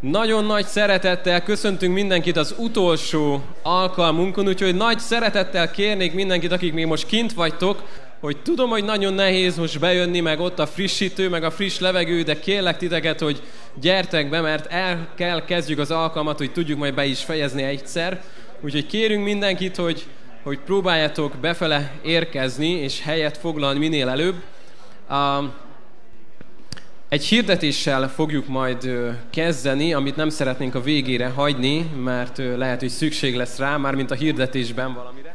Nagyon nagy szeretettel köszöntünk mindenkit az utolsó alkalmunkon, úgyhogy nagy szeretettel kérnék mindenkit, akik még most kint vagytok, hogy tudom, hogy nagyon nehéz most bejönni, meg ott a frissítő, meg a friss levegő, de kérlek titeket, hogy gyertek be, mert el kell kezdjük az alkalmat, hogy tudjuk majd be is fejezni egyszer. Úgyhogy kérünk mindenkit, hogy próbáljátok befele érkezni, és helyet foglalni minél előbb. Egy hirdetéssel fogjuk majd kezdeni, amit nem szeretnénk a végére hagyni, mert lehet, hogy szükség lesz rá, mármint a hirdetésben valamire.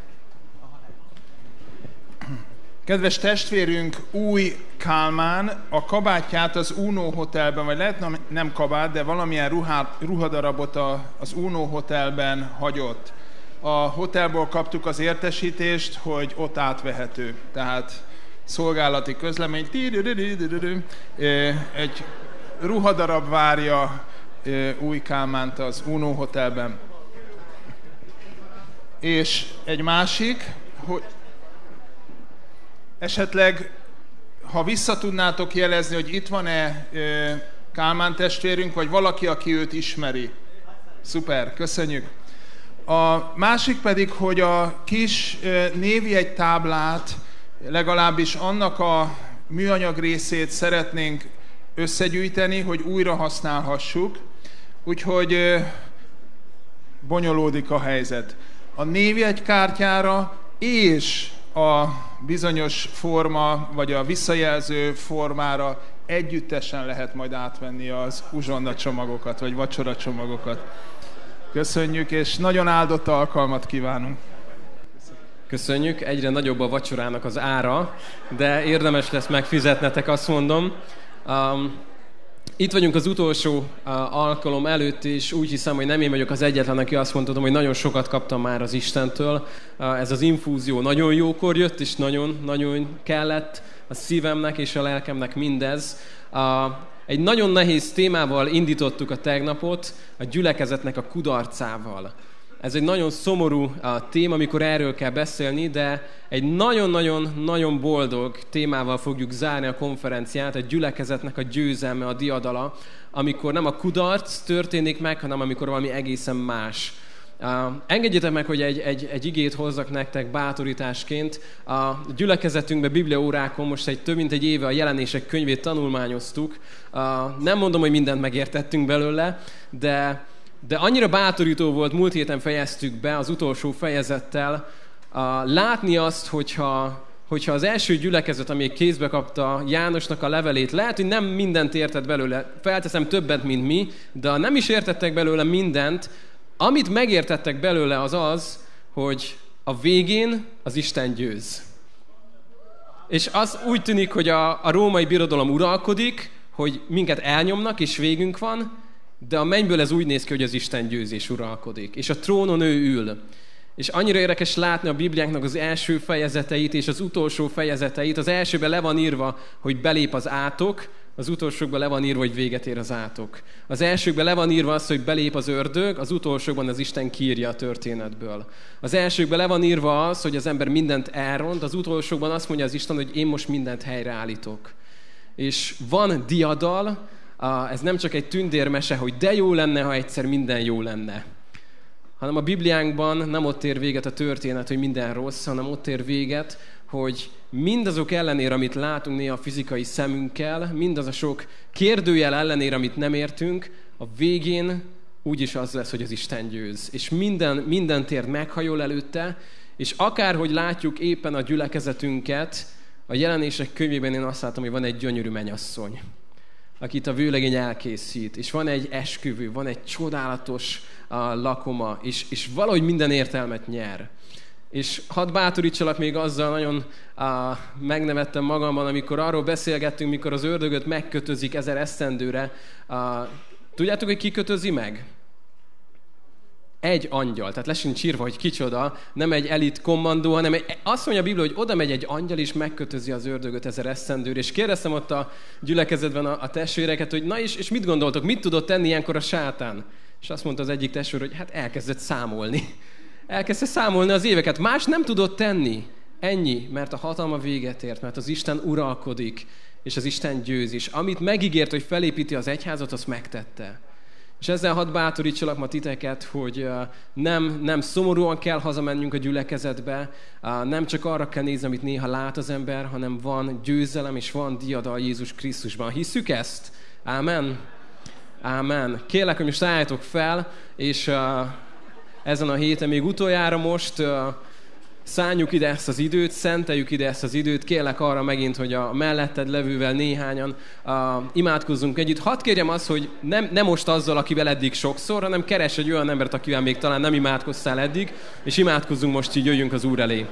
Kedves testvérünk Új Kálmán a kabátját az Uno Hotelben, vagy lehet nem kabát, de valamilyen ruhadarabot az Uno Hotelben hagyott. A hotelból kaptuk az értesítést, hogy ott átvehető. Tehát szolgálati közlemény. Egy ruhadarab várja Új Kálmánt az Uno Hotelben. És egy másik, hogy esetleg, ha vissza tudnátok jelezni, hogy itt van-e Kálmán testvérünk, vagy valaki, aki őt ismeri. Szuper, köszönjük. A másik pedig, hogy a kis névjegytáblát, legalábbis annak a műanyag részét szeretnénk összegyűjteni, hogy újra használhassuk. Úgyhogy bonyolódik a helyzet. A névjegykártyára és a bizonyos forma, vagy a visszajelző formára együttesen lehet majd átvenni az uzsonna csomagokat, vagy vacsora csomagokat. Köszönjük, és nagyon áldott alkalmat kívánunk! Köszönjük, egyre nagyobb a vacsorának az ára, de érdemes lesz megfizetnetek, azt mondom. Itt vagyunk az utolsó alkalom előtt, és úgy hiszem, hogy nem én vagyok az egyetlen, aki azt mondhatom, hogy nagyon sokat kaptam már az Istentől. Ez az infúzió nagyon jókor jött, és nagyon kellett a szívemnek és a lelkemnek mindez. Egy nagyon nehéz témával indítottuk a tegnapot, a gyülekezetnek a kudarcával. Ez egy nagyon szomorú téma, amikor erről kell beszélni, de egy nagyon-nagyon boldog témával fogjuk zárni a konferenciát, a gyülekezetnek a győzelme, a diadala, amikor nem a kudarc történik meg, hanem amikor valami egészen más. Engedjétek meg, hogy egy igét hozzak nektek bátorításként. A gyülekezetünkben bibliaórákon most több mint egy éve a Jelenések könyvét tanulmányoztuk. Nem mondom, hogy mindent megértettünk belőle, de annyira bátorító volt, múlt héten fejeztük be az utolsó fejezettel, látni azt, hogyha az első gyülekezet, amíg kézbe kapta Jánosnak a levelét, lehet, hogy nem mindent értett belőle, felteszem többet, mint mi, de nem is értettek belőle mindent, amit megértettek belőle az, hogy a végén az Isten győz. És az úgy tűnik, hogy a római birodalom uralkodik, hogy minket elnyomnak, és végünk van, de a mennyből ez úgy néz ki, hogy az Isten győzés uralkodik. És a trónon ő ül. És annyira érdekes látni a Bibliánknak az első fejezeteit és az utolsó fejezeteit. Az elsőben le van írva, hogy belép az átok, az utolsókban le van írva, hogy véget ér az átok. Az elsőkben le van írva az, hogy belép az ördög, az utolsókban az Isten kiírja a történetből. Az elsőkben le van írva az, hogy az ember mindent elront, az utolsókban azt mondja az Isten, hogy én most mindent helyreállítok. És van diadal, ez nem csak egy tündérmese, hogy de jó lenne, ha egyszer minden jó lenne. Hanem a Bibliánkban nem ott ér véget a történet, hogy minden rossz, hanem ott ér véget, hogy mindazok ellenére, amit látunk néha a fizikai szemünkkel, mindaz a sok kérdőjel ellenére, amit nem értünk, a végén úgyis az lesz, hogy az Isten győz. És minden tér meghajol előtte, és akárhogy látjuk éppen a gyülekezetünket, a Jelenések könyvében én azt látom, hogy van egy gyönyörű mennyasszony, akit a vőlegény elkészít, és van egy esküvő, van egy csodálatos lakoma, és valahogy minden értelmet nyer. És hadd bátorítsalak még azzal, nagyon megnevettem magamban, amikor arról beszélgettünk, mikor az ördögöt megkötözik 1000 esztendőre. Tudjátok, hogy ki kötözi meg? Egy angyal, tehát le sincs írva, hogy kicsoda, nem egy elit kommandó, hanem azt mondja a Biblia, hogy oda megy egy angyal, és megkötözi az ördögöt 1000 esztendőre. És kérdeztem ott a gyülekezetben a testvéreket, hogy na és mit gondoltok, mit tudott tenni ilyenkor a sátán? És azt mondta az egyik testvér, hogy hát elkezdett számolni. Elkezdte számolni az éveket. Más nem tudott tenni. Ennyi, mert a hatalma véget ért, mert az Isten uralkodik, és az Isten győz is. Amit megígért, hogy felépíti az egyházat, azt megtette. És ezzel hadd bátorítsalak ma titeket, hogy nem szomorúan kell hazamennünk a gyülekezetbe, nem csak arra kell nézni, amit néha lát az ember, hanem van győzelem és van diadal Jézus Krisztusban. Hisszük ezt? Ámen? Ámen. Kérlek, hogy most álljatok fel, és ezen a héten még utoljára most szálljuk ide ezt az időt, szenteljük ide ezt az időt, kérlek arra megint, hogy a melletted levővel néhányan imádkozzunk együtt. Hadd kérjem azt, hogy nem most azzal, akivel eddig sokszor, hanem keres egy olyan embert, akivel még talán nem imádkoztál eddig, és imádkozzunk most így, jöjjünk az Úr elé.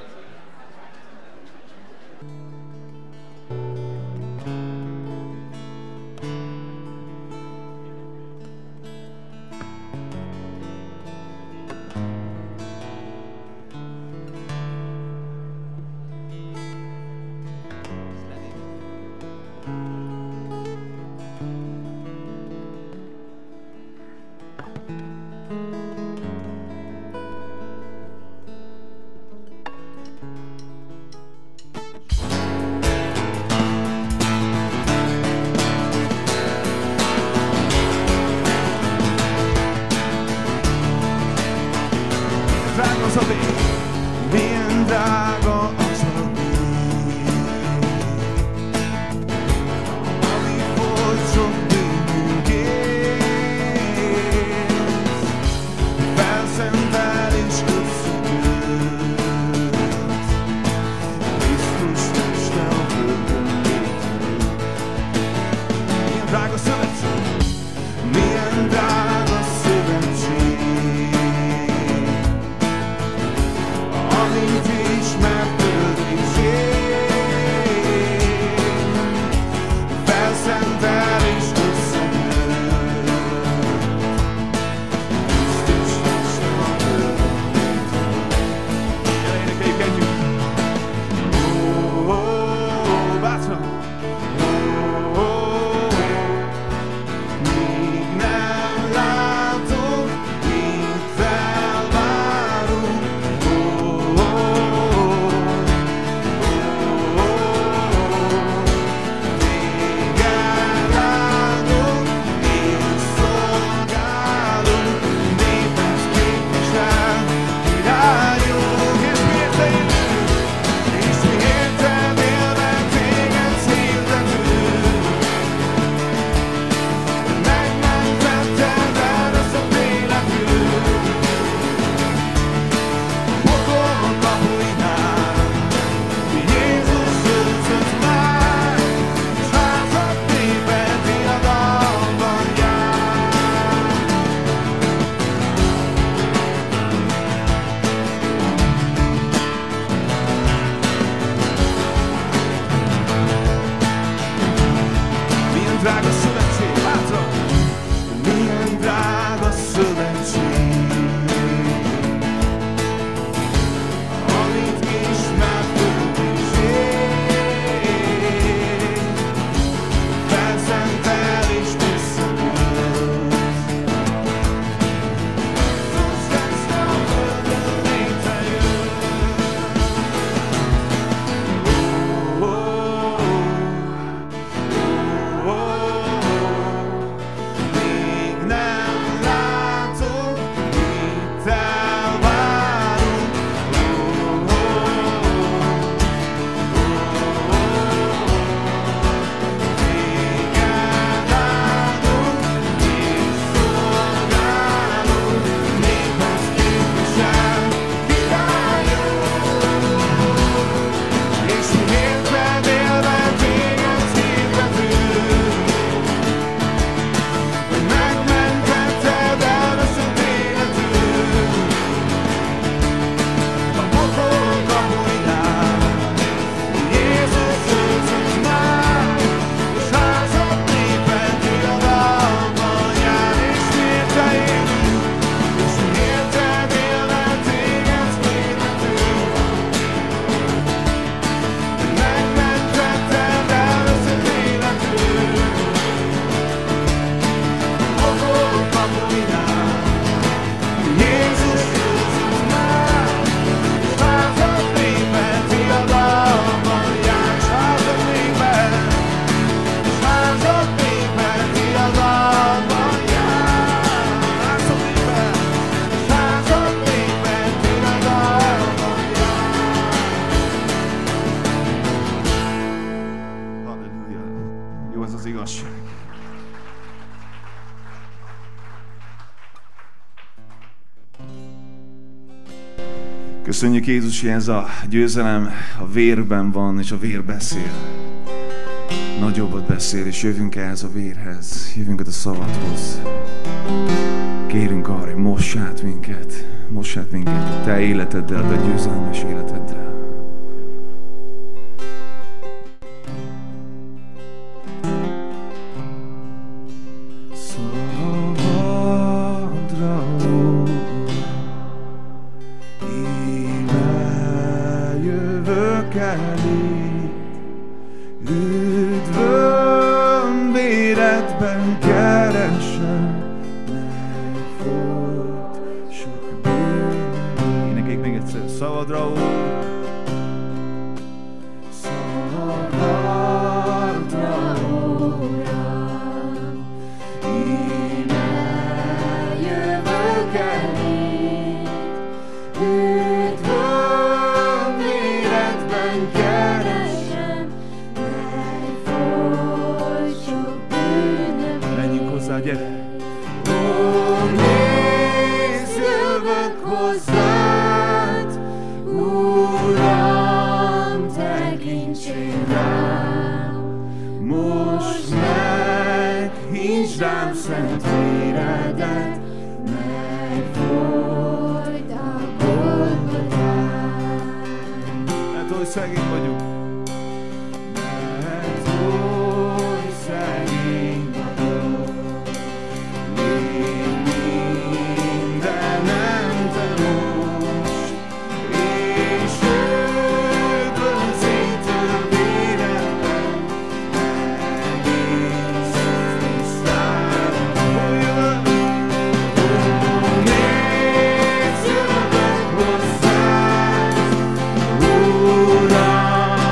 Köszönjük Jézus, hogy ez a győzelem a vérben van, és a vér beszél. Nagyobbat beszél, és jövünk ehhez a vérhez, jövünk a szavadhoz. Kérünk arra, hogy moss át minket a te életeddel, a te győzelmes életeddel. Üdvöm véredben keresem, megfolyt sok bűn. Énekeljük még egyszer, szavadra, Úr! Szavadra, Uram, íme jövök eléd. Üdvöm véredben keresem, megfolyt sok bűnöm. Menjünk hozzá, gyere! Ó, nézz, jövök hozzád, Uram, tekintsél rám. Most meg, hintsd rám szent véredet, megfolyt a Golgotán. Mert oly szegény vagyunk. Mert oly szegény vagyok, légy mindenem te most, és üdvözítő véredben egész tisztára. Nézz, jövök hozzád, Uram,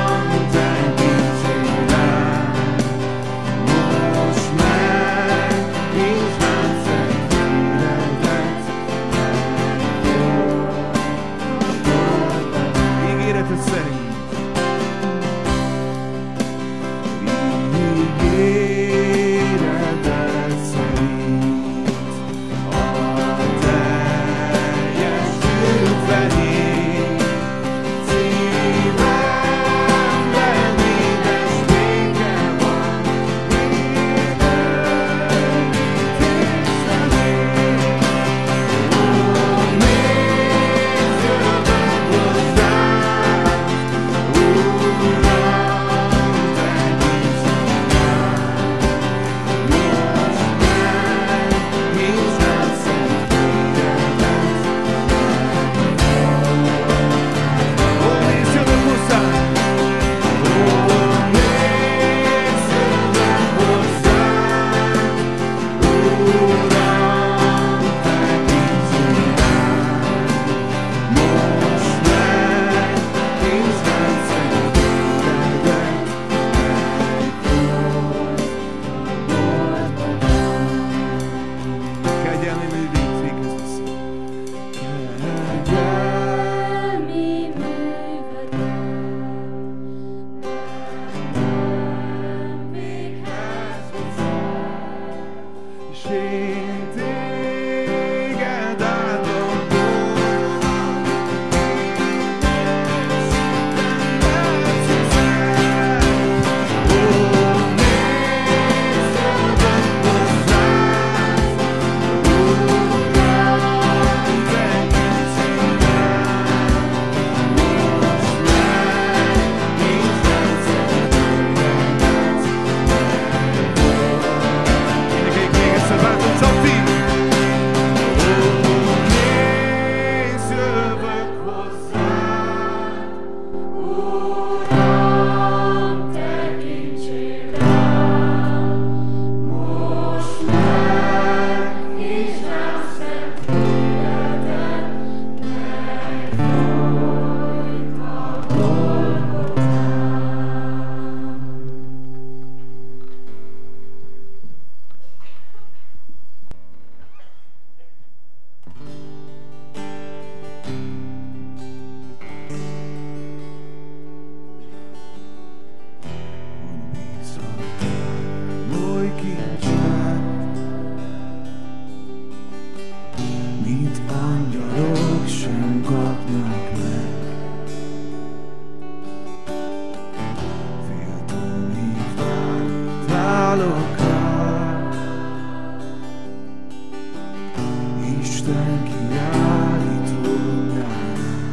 Isten kiállítónál,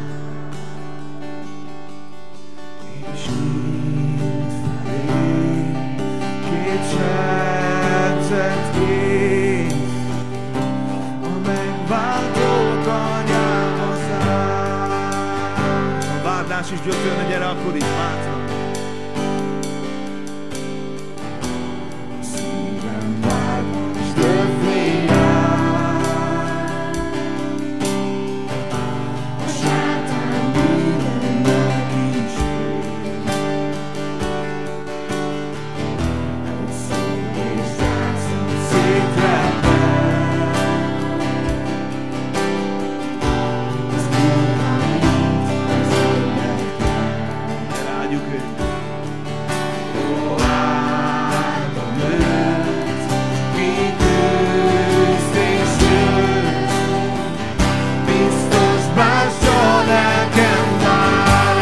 és mindfelé kétségzett kéz, a megváltót anyához áll. A vádlás is gyötörne, gyere akkor is bátran. Szívem vádlás döfni áll, a sátán mindennek is fél. Egy szó és zászló szétrepel, az irányít az életben. Eláldjuk őt. Ó, áldom őt, ki küzd és jött, biztos bástya nekem vár.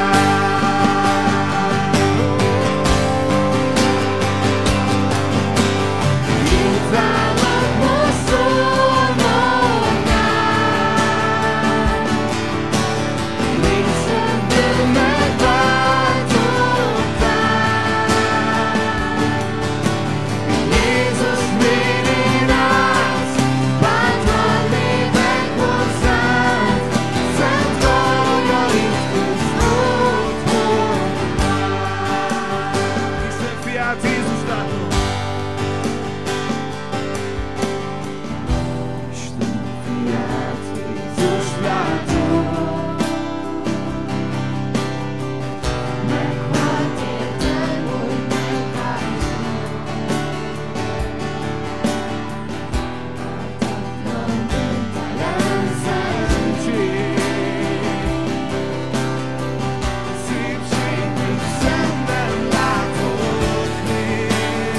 Itt állok most szónomnál, légszemből megváltottál. Jézus, miért iránysz, bátran lépek hozzád, szent karjaid közt ott voltál. Isten fiát, Jézus látom. Isten fiát, Jézus látom. Meghalt érted, hogy megváltson. Ártatlan, bűntelen szentség, szépség, mint szemben látott még.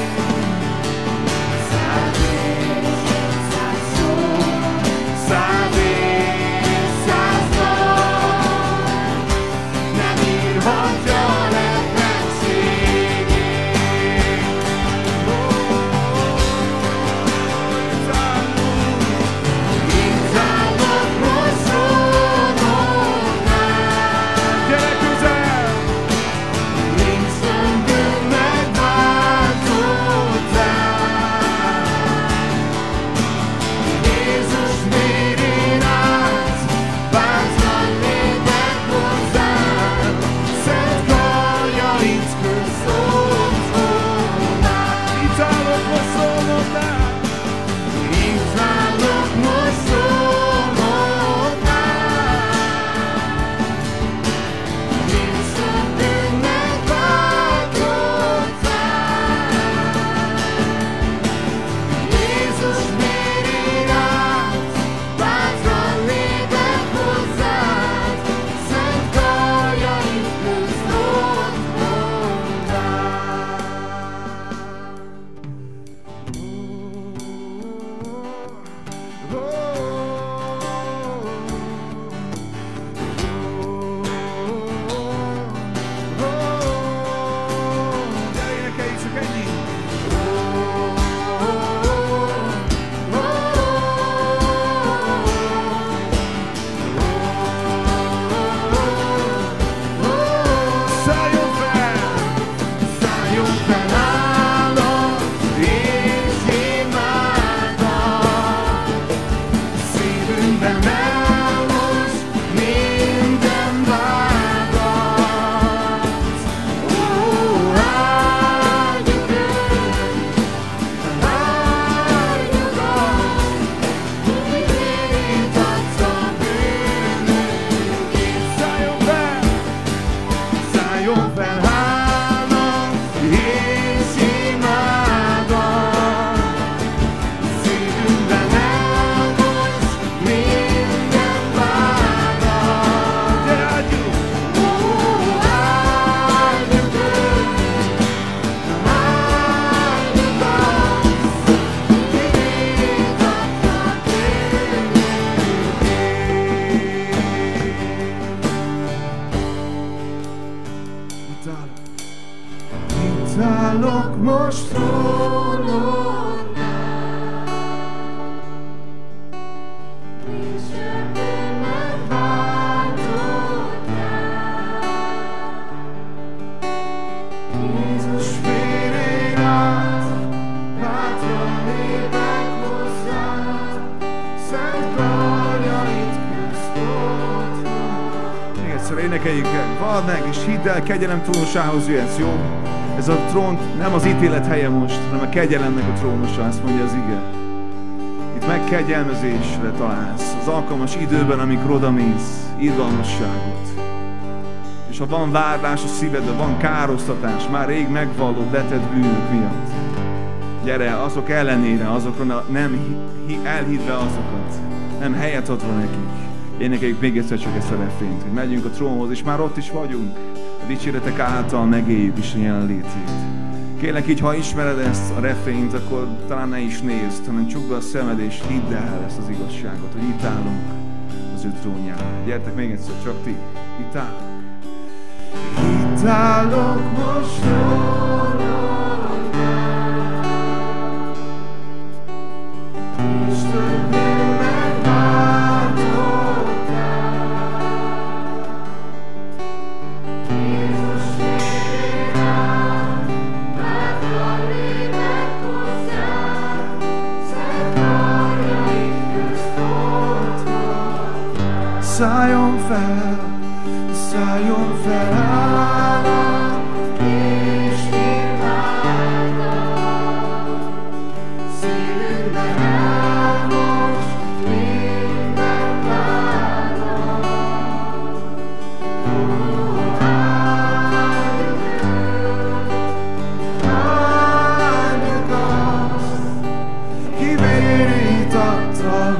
Száz év, száz szó, száz év, száz nap, nem írhatja le megségét. Itt állok most szónomnál, gyere közel! Légszemből megváltottál. Jézus, miért iránysz, bátran lépek hozzád, szent karjaid közt ott voltál. Itt állok most szónomnál, itt állok most szónomnál, légszemből megváltottál. Jézus, miért iránysz, bátran lépek hozzád, szent karjaid közt ott voltál. Gyere, énekeljük csak ennyi! Szálljon fel állam, és imádom, szívünkben elmos minden vádat. Ó, áldjuk őt, áldjuk azt, hogy vérét adta bűnökért. Szálljon fel állam, és imádom, szívünkben elmos minden vádat. Gyere, áldjuk! Ó, áldjuk őt, áldjuk azt, hogy vérét adta bűnökért. Itt állok most trónodnál, énekeljük el. Vald meg, és hidd el, kegyelem trónusához jöhetsz, jó? Ez a trón nem az ítélet helye most, hanem a kegyelemnek a trónusa, ezt mondja az ige. Itt megkegyelmezésre találsz, az alkalmas időben, amikor odamész, irgalmasságot. És ha van vádlás a szívedben, van károsztatás, már rég megvallod letett bűnök miatt. Gyere, azok ellenére, azokon nem elhitve azokat, nem helyet adva nekik. Énekeljük még egyszer csak ezt a refrént, hogy megyünk a trónhoz, és már ott is vagyunk. A dicséretek által megéljük is a jelenlétét. Kérlek így, ha ismered ezt a refrént, akkor talán ne is nézd, hanem csukd be a szemed, és hidd el ezt az igazságot, hogy itt állunk az ő trónján. Gyertek még egyszer, csak ti, itt állunk. Itt állok most trónodnál, és többé megváltottál. Jézus vérem, bátran lépek hozzád, szent karjaid közt ott van. Szálljon fel állam, és imádom. Szívünkben áll most minden várom. Áldjuk azt, ki vérét adta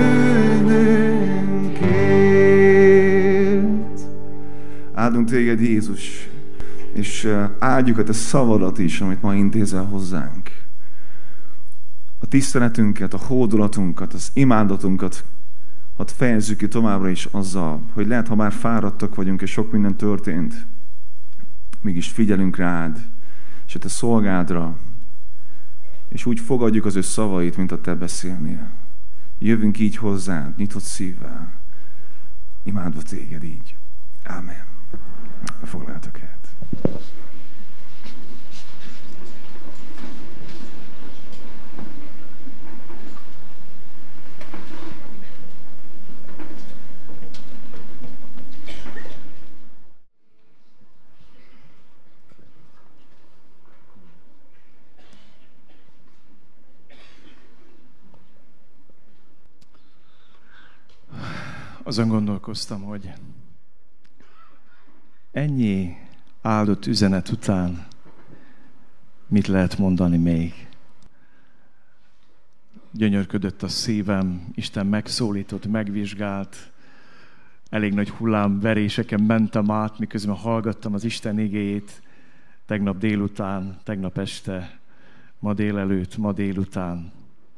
bűnünkért. Áldunk téged, Jézus, és áldjuk a te szavadat is, amit ma intézel hozzánk. A tiszteletünket, a hódolatunkat, az imádatunkat hadd fejezzük ki továbbra is azzal, hogy lehet, ha már fáradtak vagyunk, és sok minden történt, mégis figyelünk rád, és a te szolgádra, és úgy fogadjuk az ő szavait, mint a te beszélnél. Jövünk így hozzád, nyitott szívvel, imádva téged így. Ámen. Foglaljátok el. Azon gondolkoztam, hogy ennyi áldott üzenet után mit lehet mondani még? Gyönyörködött a szívem, Isten megszólított, megvizsgált, elég nagy hullámveréseken mentem át, miközben hallgattam az Isten igéjét tegnap délután, tegnap este, ma délelőtt, ma délután.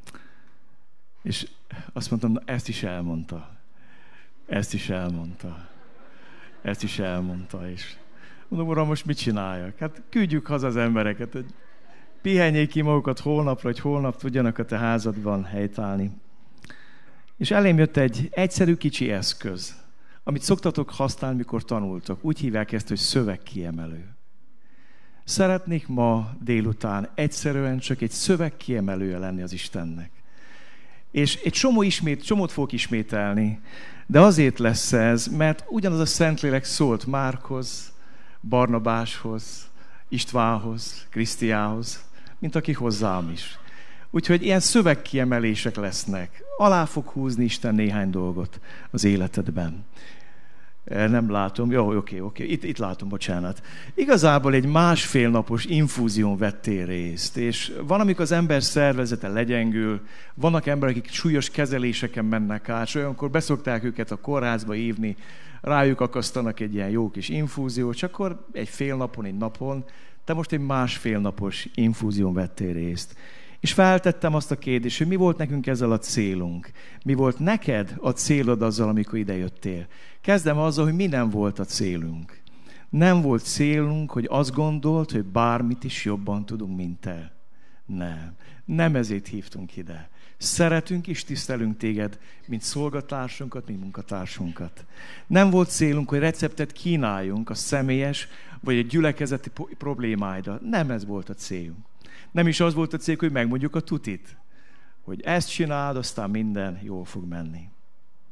És azt mondtam, na, ezt is elmondta. Ezt is elmondta. Ezt is elmondta, és mondom, Uram, most mit csináljak? Hát küldjük haza az embereket, hogy pihenjék ki magukat holnapra, hogy holnap tudjanak a te házadban helytállni. És elém jött egy egyszerű kicsi eszköz, amit szoktatok használni, mikor tanultok. Úgy hívják ezt, hogy szövegkiemelő. Szeretnék ma délután egyszerűen csak egy szövegkiemelője lenni az Istennek. És egy csomót fogok ismételni, de azért lesz ez, mert ugyanaz a Szentlélek szólt Márkhoz, Barnabáshoz, Istvánhoz, Krisztiához, mint aki hozzám is. Úgyhogy ilyen szövegkiemelések lesznek. Alá fog húzni Isten néhány dolgot az életedben. Nem látom. Jó, oké. Itt látom, bocsánat. Igazából egy 1,5 napos infúzión vettél részt, és van, amikor az ember szervezete legyengül, vannak emberek, akik súlyos kezeléseken mennek át, és olyankor beszokták őket a kórházba hívni, rájuk akasztanak egy ilyen jó kis infúziót, és akkor egy fél napon, egy napon, te most egy 1,5 napos infúzión vettél részt. És feltettem azt a kérdést, hogy mi volt nekünk ezzel a célunk? Mi volt neked a célod azzal, amikor idejöttél? Kezdem azzal, hogy mi nem volt a célunk. Nem volt célunk, hogy azt gondolt, hogy bármit is jobban tudunk, mint te. Nem ezért hívtunk ide. Szeretünk és tisztelünk téged, mint szolgatársunkat, mint munkatársunkat. Nem volt célunk, hogy receptet kínáljunk a személyes vagy a gyülekezeti problémáidra. Nem ez volt a célunk. Nem is az volt a cél, hogy megmondjuk a tutit, hogy ezt csináld, aztán minden jól fog menni.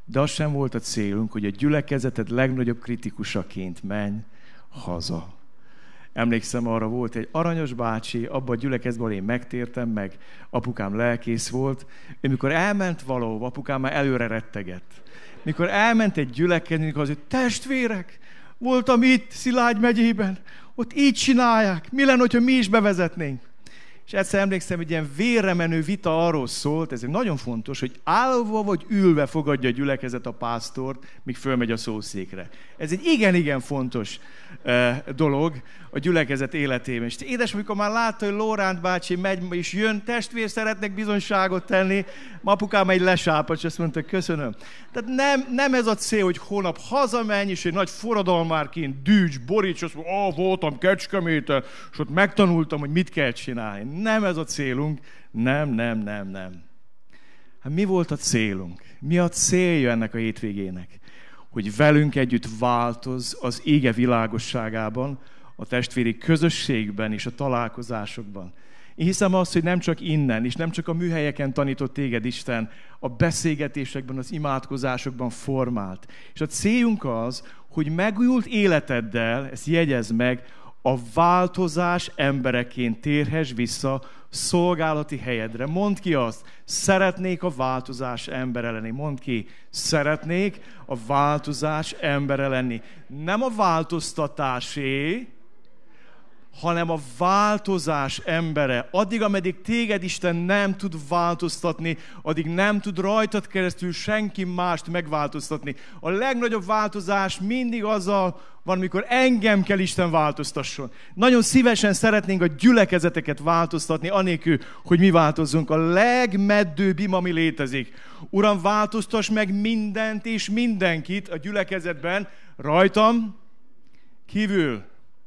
De az sem volt a célunk, hogy a gyülekezeted legnagyobb kritikusaként menj haza. Emlékszem, arra volt egy aranyos bácsi, abban a gyülekezetben, én megtértem, meg apukám lelkész volt. Ő mikor elment valahova, apukám már előre rettegett. Mikor elment egy gyülekezetbe, az, hogy testvérek, voltam itt, Szilágy megyében, ott így csinálják, mi lenne, hogyha mi is bevezetnénk? És egyszer emlékszem, hogy ilyen vérre menő vita arról szólt, ez nagyon fontos, hogy állva vagy ülve fogadja a gyülekezet a pásztort, míg fölmegy a szószékre. Ez egy igen-igen fontos dolog a gyülekezet életében. És édes, amikor már látta, hogy Lóránt bácsi megy és jön, testvér, szeretnek bizonyságot tenni, apukám egy lesápat, és azt mondta, köszönöm. Tehát nem ez a cél, hogy holnap hazamenj, és egy nagy forradalmárként dűcs, boríts, azt mondja, voltam Kecskeméten, és ott megtanultam, hogy mit kell csinálni. Nem ez a célunk. Nem. Hát mi volt a célunk? Mi a célja ennek a hétvégének? Hogy velünk együtt változ az ége világosságában, a testvéri közösségben és a találkozásokban. Én hiszem azt, hogy nem csak innen, és nem csak a műhelyeken tanított téged Isten, a beszélgetésekben, az imádkozásokban formált. És a céljunk az, hogy megújult életeddel, ezt jegyezd meg, a változás embereként térhess vissza szolgálati helyedre. Mondd ki azt, szeretnék a változás embere lenni. Mondd ki, szeretnék a változás embere lenni. Nem a változtatásé, hanem a változás embere. Addig, ameddig téged Isten nem tud változtatni, addig nem tud rajtad keresztül senki mást megváltoztatni. A legnagyobb változás mindig azzal van, amikor engem kell Isten változtasson. Nagyon szívesen szeretnénk a gyülekezeteket változtatni, anélkül, hogy mi változzunk. A legmeddőbb ima, ami létezik. Uram, változtass meg mindent és mindenkit a gyülekezetben, rajtam kívül.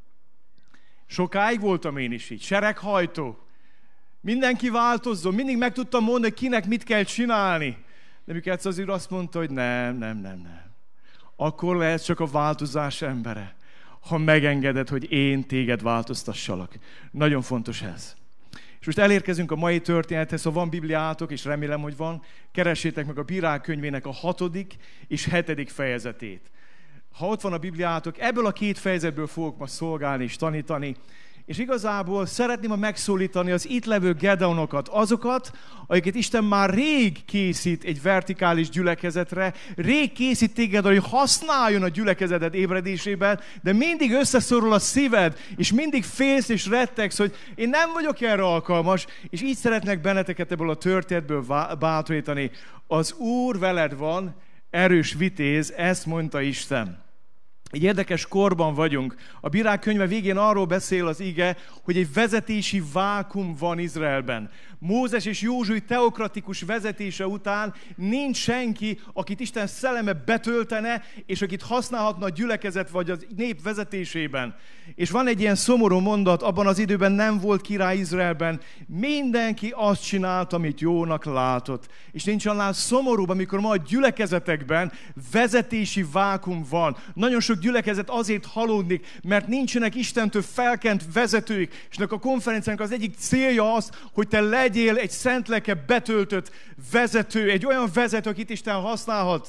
Sokáig voltam én is így, sereghajtó. Mindenki változzon, mindig meg tudtam mondani, kinek mit kell csinálni. De mikor egyszer az Úr azt mondta, hogy nem. Akkor lehet csak a változás embere, ha megengeded, hogy én téged változtassalak. Nagyon fontos ez. És most elérkezünk a mai történethez, ha van Bibliátok, és remélem, hogy van, keressétek meg a Bírák könyvének a 6. és 7. fejezetét. Ha ott van a Bibliátok, ebből a 2 fejezetből fogok ma szolgálni és tanítani. És igazából szeretném ma megszólítani az itt levő Gedeonokat, azokat, akiket Isten már rég készít egy vertikális gyülekezetre, rég készít téged, hogy használjon a gyülekezeted ébredésében, de mindig összeszorul a szíved, és mindig félsz és rettegsz, hogy én nem vagyok erre alkalmas, és így szeretnek benneteket ebből a történetből bátorítani. Az Úr veled van, erős vitéz, ezt mondta Isten. Egy érdekes korban vagyunk. A Bírák könyve végén arról beszél az ige, hogy egy vezetési vákum van Izraelben. Mózes és Józsui teokratikus vezetése után nincs senki, akit Isten szelleme betöltene, és akit használhatna a gyülekezet vagy a nép vezetésében. És van egy ilyen szomorú mondat, abban az időben nem volt király Izraelben, mindenki azt csinált, amit jónak látott. És nincs annál szomorúbb, amikor ma a gyülekezetekben vezetési vákum van. Nagyon sok gyülekezet azért halódik, mert nincsenek Istentől felkent vezetőik, és a konferenciának az egyik célja az, hogy te legyél egy szent lelke betöltött vezető, egy olyan vezető, akit Isten használhat.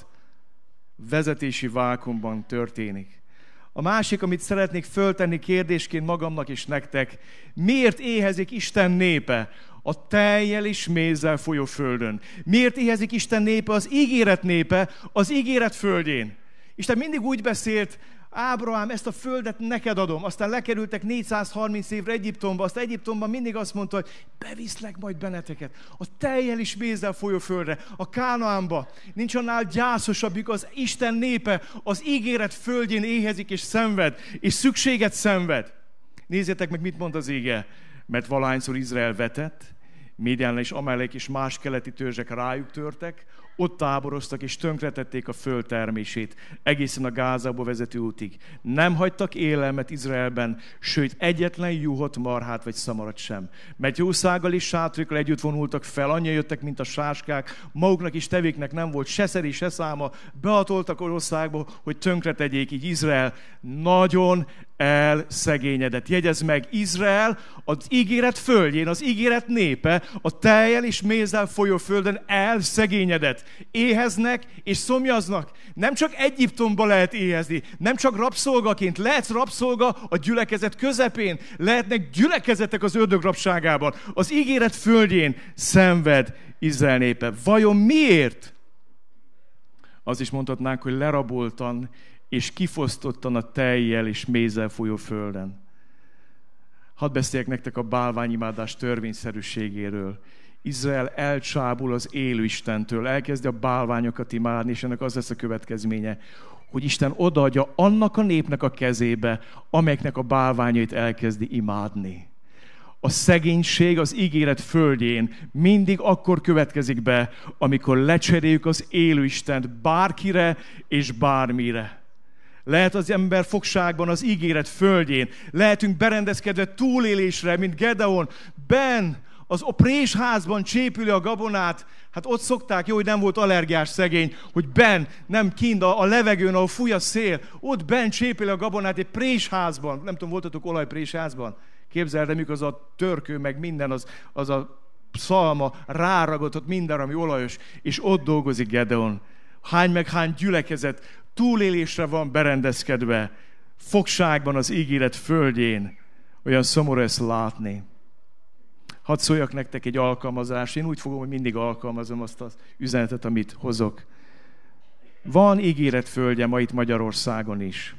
Vezetési vákumban történik. A másik, amit szeretnék föltenni kérdésként magamnak és nektek, miért éhezik Isten népe a tejjel és mézzel folyó földön? Miért éhezik Isten népe, az ígéret népe az ígéret földjén? Isten mindig úgy beszélt, Ábrahám, ezt a földet neked adom. Aztán lekerültek 430 évre Egyiptomba, aztán Egyiptomban mindig azt mondta, hogy beviszlek majd benneteket a tejjel és mézzel folyó földre, a Kánaánba. Nincs annál gyászosabbik, az Isten népe az ígéret földjén éhezik és szenved, és szükséget szenved. Nézzétek meg, mit mond az ége. Mert valahányszor Izrael vetett, Midian és Amalek és más keleti törzsek rájuk törtek, ott táboroztak és tönkretették a föld termését, egészen a Gázába vezető útig. Nem hagytak élelmet Izraelben, sőt egyetlen juhot, marhát vagy szamarat sem. Mert jószággal és sátrikkal együtt vonultak fel, annyian jöttek, mint a sáskák, maguknak is tevéknek nem volt se szeri, se száma, behatoltak országba, hogy tönkretegyék, így Izrael nagyon elszegényedett. Jegyezd meg, Izrael az ígéret földjén, az ígéret népe, a tejjel és mézzel folyó földön elszegényedett. Éheznek és szomjaznak. Nem csak Egyiptomba lehet éhezni, nem csak rabszolgaként, lehetsz rabszolga a gyülekezet közepén, lehetnek gyülekezetek az ördög rabságában. Az ígéret földjén szenved Izrael népe. Vajon miért? Az is mondhatnánk, hogy leraboltan és kifosztottan a tejjel és mézzel folyó földön. Hadd beszéljek nektek a bálványimádás törvényszerűségéről. Izrael elcsábul az élő Istentől, elkezdi a bálványokat imádni, és ennek az lesz a következménye, hogy Isten odaadja annak a népnek a kezébe, amelyeknek a bálványait elkezdi imádni. A szegénység az ígéret földjén mindig akkor következik be, amikor lecseréljük az élő Istent bárkire és bármire. Lehet az ember fogságban az ígéret földjén, lehetünk berendezkedve túlélésre, mint Gedeon, az a présházban csépüli a gabonát, hát ott szokták, jó, hogy nem volt allergiás szegény, hogy nem kint a levegőn, ahol fúj a szél, ott csépüli a gabonát egy présházban, nem tudom, voltatok olajprésházban? Képzeld, mikor az a törkő, meg minden, az a szalma ráragadott minden, ami olajos, és ott dolgozik Gedeon. Hány meg hány gyülekezet túlélésre van berendezkedve, fogságban az ígéret földjén. Olyan szomorú ezt látni. Hadd szóljak nektek egy alkalmazást. Én úgy fogom, hogy mindig alkalmazom azt az üzenetet, amit hozok. Van ígéret földje ma itt Magyarországon is.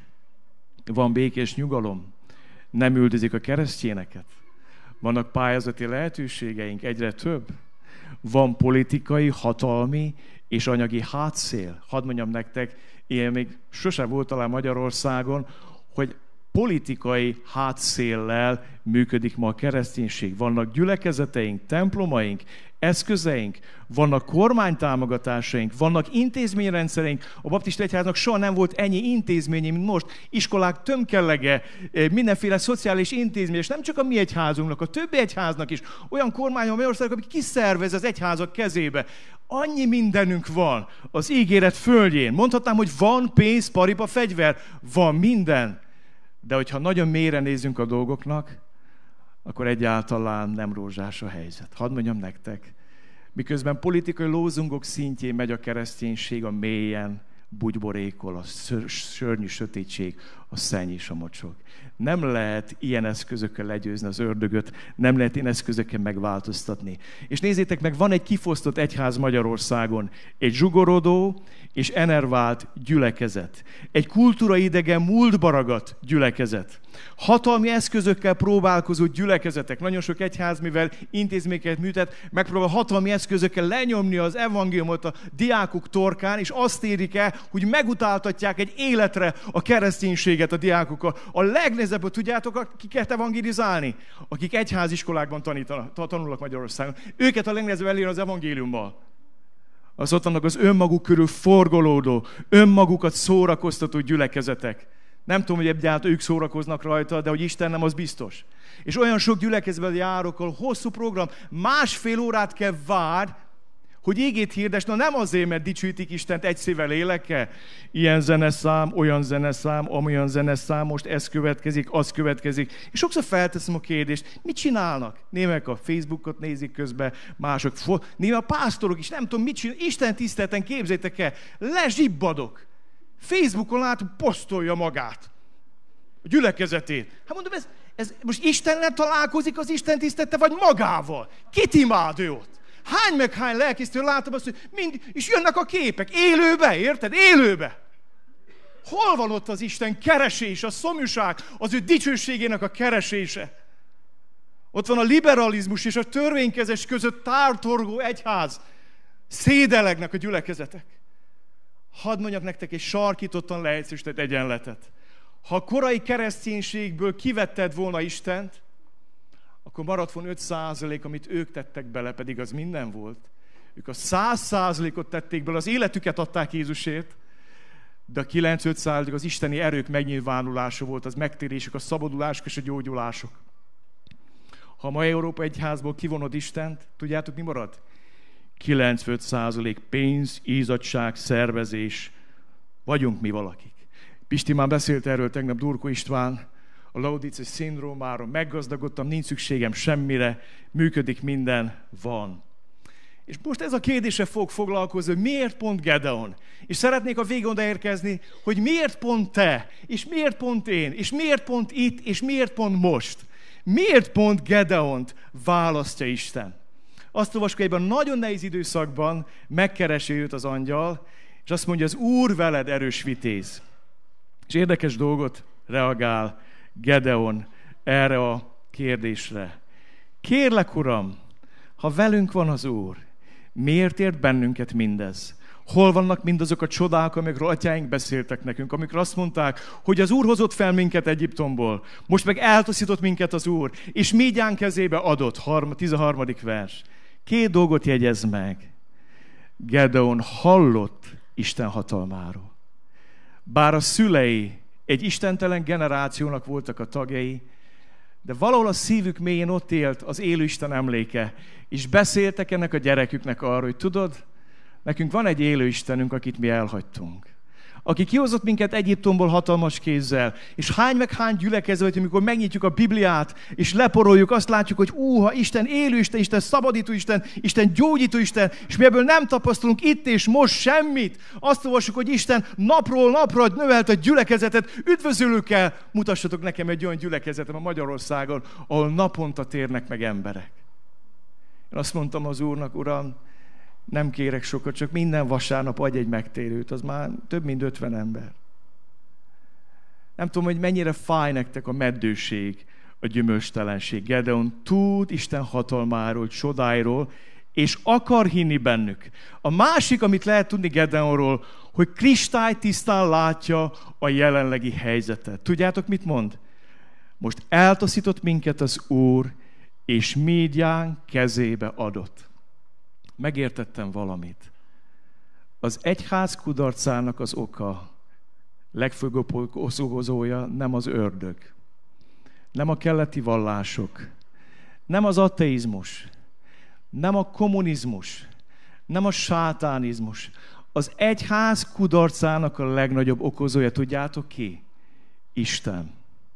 Van békés nyugalom. Nem üldözik a keresztényeket. Vannak pályázati lehetőségeink, egyre több. Van politikai, hatalmi és anyagi hátszél. Hadd mondjam nektek, ilyen még sose volt talán Magyarországon, hogy politikai hátszéllel működik ma a kereszténység. Vannak gyülekezeteink, templomaink, eszközeink, vannak kormánytámogatásaink, vannak intézményrendszereink. A baptista egyháznak soha nem volt ennyi intézménye, mint most. Iskolák tömkelege, mindenféle szociális intézmény, és nem csak a mi egyházunknak, a többi egyháznak is. Olyan kormány, amely országok, amik kiszervez az egyházak kezébe. Annyi mindenünk van az ígéret földjén. Mondhatnám, hogy van pénz, paripa, fegyver. Van minden. De hogyha nagyon mélyre nézzünk a dolgoknak, akkor egyáltalán nem rózsás a helyzet. Hadd mondjam nektek, miközben politikai lózungok szintjén megy a kereszténység, a mélyen bugyborékol, a szörnyű sötétség, a szenny és a mocsok. Nem lehet ilyen eszközökkel legyőzni az ördögöt, nem lehet ilyen eszközökkel megváltoztatni. És nézzétek meg, van egy kifosztott egyház Magyarországon, egy zsugorodó és enervált gyülekezet. Egy kultúraidegen, múltba ragadt gyülekezet. Hatalmi eszközökkel próbálkozó gyülekezetek. Nagyon sok egyház, mivel intézményeket műtet, megpróbál hatalmi eszközökkel lenyomni az evangéliumot a diákok torkán, és azt érik el, hogy megutáltatják egy életre a kereszténységet a diákokkal. A legnehezebb, tudjátok, akiket evangélizálni? Akik egyháziskolákban tanulnak Magyarországon. Őket a legnehezebb elérni az evangéliummal. Az ott vannak az önmaguk körül forgolódó, önmagukat szórakoztató gyülekezetek. Nem tudom, hogy egyáltalán ők szórakoznak rajta, de hogy Isten nem, az biztos. És olyan sok gyülekezetben járok, ahol hosszú program, 1,5 órát kell várni, hogy igét hirdes, na nem azért, mert dicsőítik Istent egy szívvel lélekkel. Ilyen zeneszám, olyan zeneszám, amolyan zeneszám, most ez következik, az következik. És sokszor felteszem a kérdést, mit csinálnak? Némelyek a Facebookot nézik közben, mások, némelyek a pásztorok is, nem tudom, mit csinálnak. Isten tiszteleten, képzétek el, lezsibbadok. Facebookon látom, posztolja magát. A gyülekezetét. Hát mondom, ez most Istennel találkozik az Isten tisztelete, vagy magával? Kit imád ő ott? Hány meg hány lelkésztől látom azt, hogy és jönnek a képek, élőbe, érted? Élőbe. Hol van ott az Isten keresés, a szomjúság, az ő dicsőségének a keresése? Ott van a liberalizmus és a törvénykezés között tártorgó egyház. Szédelegnek a gyülekezetek. Hadd mondjak nektek egy sarkítottan leegyszerűsített egyenletet. Ha a korai kereszténységből kivetted volna Istent, akkor maradt volna 5%, amit ők tettek bele, pedig az minden volt. Ők a 100%-ot tették bele, az életüket adták Jézusért, de a 95% az isteni erők megnyilvánulása volt, az megtérések, a szabadulások és a gyógyulások. Ha ma Európa egyházból kivonod Istent, tudjátok, mi marad? 95% pénz, ízadság, szervezés. Vagyunk mi valakik. Pisti már beszélt erről tegnap, Durko István, a laudíciai szindrómáról, meggazdagodtam, nincs szükségem semmire, működik minden, van. És most ez a kérdése fog foglalkozni, hogy miért pont Gedeon? És szeretnék a végén odaérkezni, hogy miért pont te, és miért pont én, és miért pont itt, és miért pont most? Miért pont Gedeont választja Isten? Azt olvassuk, hogy ebben a nagyon nehéz időszakban megkeresi őt az angyal, és azt mondja, az Úr veled erős vitéz. És érdekes dolgot reagál Gedeon erre a kérdésre. Kérlek, Uram, ha velünk van az Úr, miért ért bennünket mindez? Hol vannak mindazok a csodák, amikről atyáink beszéltek nekünk, amikor azt mondták, hogy az Úr hozott fel minket Egyiptomból, most meg eltaszított minket az Úr, és Mídián kezébe adott, 13. vers. 2 dolgot jegyez meg. Gedeon hallott Isten hatalmáról. Bár a szülei egy istentelen generációnak voltak a tagjai, de valahol a szívük mélyén ott élt az élő Isten emléke, és beszéltek ennek a gyereküknek arról, hogy tudod, nekünk van egy élő Istenünk, akit mi elhagytunk. Aki kihozott minket Egyiptomból hatalmas kézzel, és hány meg hány gyülekezet, amikor megnyitjuk a Bibliát, és leporoljuk, azt látjuk, hogy ha Isten élő Isten, Isten szabadító Isten, Isten gyógyító Isten, és mi ebből nem tapasztalunk itt és most semmit. Azt olvassuk, hogy Isten napról napra növelte a gyülekezetet, üdvözölőkkel mutassatok nekem egy olyan gyülekezetem a Magyarországon, ahol naponta térnek meg emberek. Én azt mondtam az Úrnak, Uram, nem kérek sokat, csak minden vasárnap adj egy megtérőt, az már több mint 50 ember. Nem tudom, hogy mennyire fáj nektek a meddőség, a gyümölcstelenség. Gedeon tud Isten hatalmáról, csodáiról, és akar hinni bennük. A másik, amit lehet tudni Gedeonról, hogy kristálytisztán látja a jelenlegi helyzetet. Tudjátok, mit mond? Most eltaszított minket az Úr, és Mídián kezébe adott. Megértettem valamit. Az egyház kudarcának az oka, legfőbb okozója nem az ördög, nem a keleti vallások, nem az ateizmus, nem a kommunizmus, nem a sátánizmus. Az egyház kudarcának a legnagyobb okozója, tudjátok ki? Isten.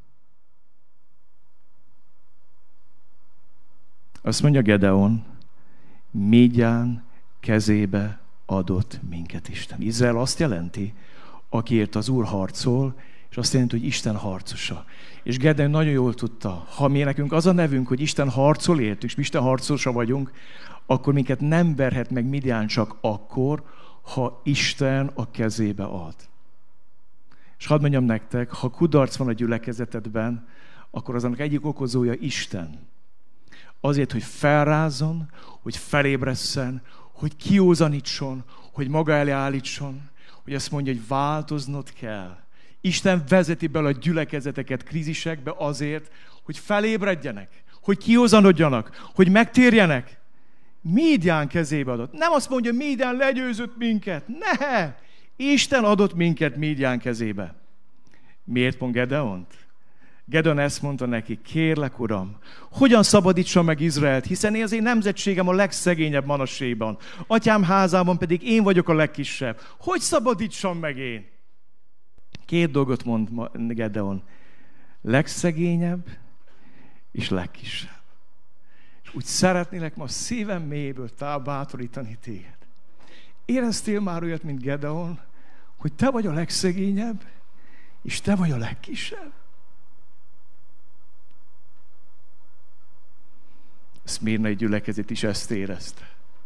Azt mondja Gedeon, Mídián kezébe adott minket Isten. Izrael azt jelenti, akiért az Úr harcol, és azt jelenti, hogy Isten harcosa. És Gedeon nagyon jól tudta, ha mi nekünk az a nevünk, hogy Isten harcol értünk, és mi Isten harcosa vagyunk, akkor minket nem verhet meg Mídián csak akkor, ha Isten a kezébe ad. És hadd mondjam nektek, ha kudarc van a gyülekezetedben, akkor azonnak egyik okozója Isten. Azért, hogy felrázzon, hogy felébresszen, hogy kiózanítson, hogy maga elé állítson, hogy azt mondja, hogy változnod kell. Isten vezeti bele a gyülekezeteket krízisekbe azért, hogy felébredjenek, hogy kiózanodjanak, hogy megtérjenek. Mídián kezébe adott. Nem azt mondja, Mídián legyőzött minket. Ne! Isten adott minket Mídián kezébe. Miért pont Gedeont? Gedeon ezt mondta neki, kérlek, Uram, hogyan szabadítsam meg Izraelt, hiszen én az én nemzetségem a legszegényebb Manassében, atyám házában pedig én vagyok a legkisebb. Hogy szabadítsam meg én? 2 dolgot mond Gedeon, legszegényebb és legkisebb. És úgy szeretnélek ma szívem mélyből bátorítani téged. Éreztél már olyat, mint Gedeon, hogy te vagy a legszegényebb, és te vagy a legkisebb? Szmirnai gyülekezet is ezt érezte.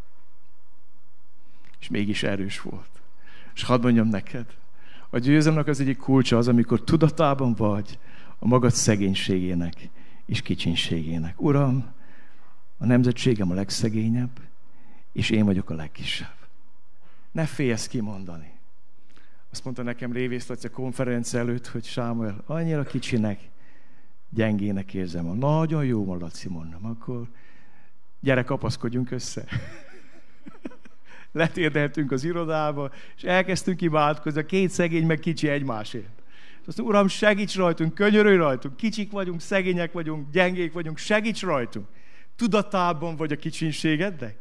És mégis erős volt. És hadd mondjam neked, a győzelemnek az egyik kulcsa az, amikor tudatában vagy a magad szegénységének és kicsinségének. Uram, a nemzetségem a legszegényebb, és én vagyok a legkisebb. Ne félj ezt kimondani. Azt mondta nekem Révész Laci a konferencia előtt, hogy Sámuel, annyira kicsinek, gyengének érzem. Nagyon jó van, Laci, mondom, akkor gyere, kapaszkodjunk össze. Letérdeltünk az irodába, és elkezdtünk imádkozni, a 2 szegény meg kicsi egymásért. És azt mondja, Uram, segíts rajtunk, könyörülj rajtunk, kicsik vagyunk, szegények vagyunk, gyengék vagyunk, segíts rajtunk. Tudatában vagy a kicsinségednek?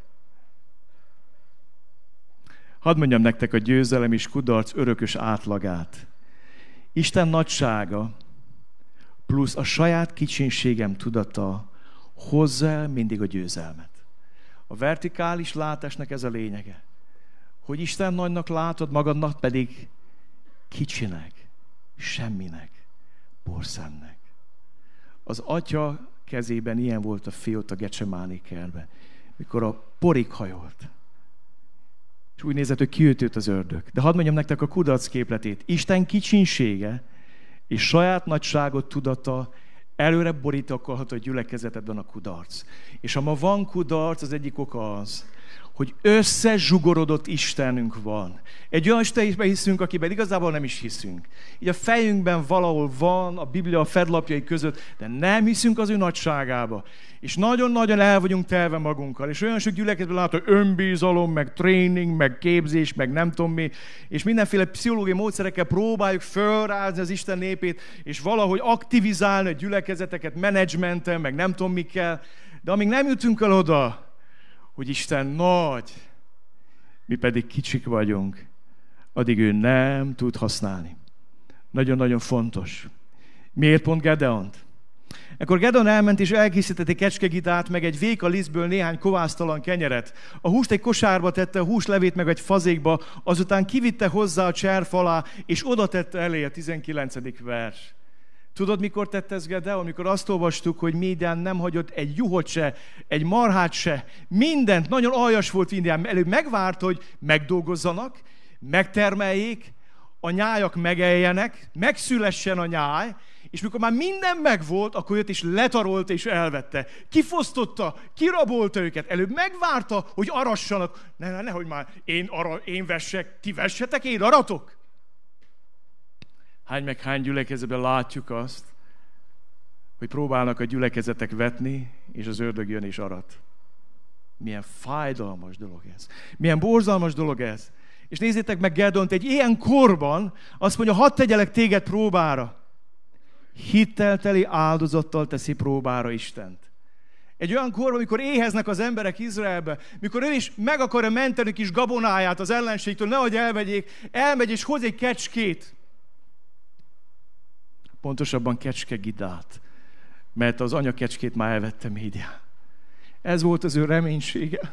Hadd mondjam nektek a győzelem és kudarc örökös átlagát. Isten nagysága plusz a saját kicsinségem tudata hozza el mindig a győzelmet. A vertikális látásnak ez a lényege. Hogy Isten nagynak látod, magadnak pedig kicsinek, semminek, porszemnek. Az atya kezében ilyen volt a fiú a Gecsemáni kertben, mikor a porig hajolt. És úgy nézett, hogy kiüt őt az ördög. De hadd mondjam nektek a kudarc képletét. Isten kicsinsége és saját nagyságot tudata előre borítakolhat a gyülekezetedben a kudarc. És ha ma van kudarc, az egyik oka az, hogy összezsugorodott Istenünk van. Egy olyan Istenben hiszünk, akiben igazából nem is hiszünk. Így a fejünkben valahol van a Biblia a fedlapjai között, de nem hiszünk az ő nagyságába. És nagyon-nagyon el vagyunk telve magunkkal. És olyan sok gyülekezetben látod, hogy önbizalom, meg tréning, meg képzés, meg nem tudom mi, és mindenféle pszichológiai módszerekkel próbáljuk fölrázni az Isten népét, és valahogy aktivizálni a gyülekezeteket, menedzsmenten, meg nem tudom mikkel. De amíg nem jutunk el oda, hogy Isten nagy, mi pedig kicsik vagyunk, addig ő nem tud használni. Nagyon-nagyon fontos. Miért pont Gedeont? Ekkor Gedeon elment és elkészített egy kecskegitát, meg egy véka lisztből néhány kovásztalan kenyeret. A húst egy kosárba tette, a húslevét meg egy fazékba, azután kivitte hozzá a cserf alá, és oda tette elé a 19. vers. Tudod, mikor tette ez Gedeon? Amikor azt olvastuk, hogy Midian nem hagyott egy juhot se, egy marhát se, mindent, nagyon aljas volt Midian. Előbb megvárta, hogy megdolgozzanak, megtermeljék, a nyájak megeljenek, megszülessen a nyáj, és mikor már minden megvolt, akkor jött és letarolta és elvette. Kifosztotta, kirabolta őket. Előbb megvárta, hogy arassanak. Nehogy már én vessek, ti vessetek, én aratok. Hány gyülekezetben látjuk azt, hogy próbálnak a gyülekezetek vetni, és az ördög jön és arat. Milyen fájdalmas dolog ez. Milyen borzalmas dolog ez. És nézzétek meg Gedeont, egy ilyen korban azt mondja, hadd tegyelek téged próbára. Hittelteli áldozattal teszi próbára Istent. Egy olyan korban, amikor éheznek az emberek Izraelbe, mikor ő is meg akarja menteni kis gabonáját az ellenségtől, nehogy elvegyék, elmegy és hoz egy kecskét. Pontosabban kecskegidát, mert az anya kecskét már elvette Midian. Ez volt az ő reménysége,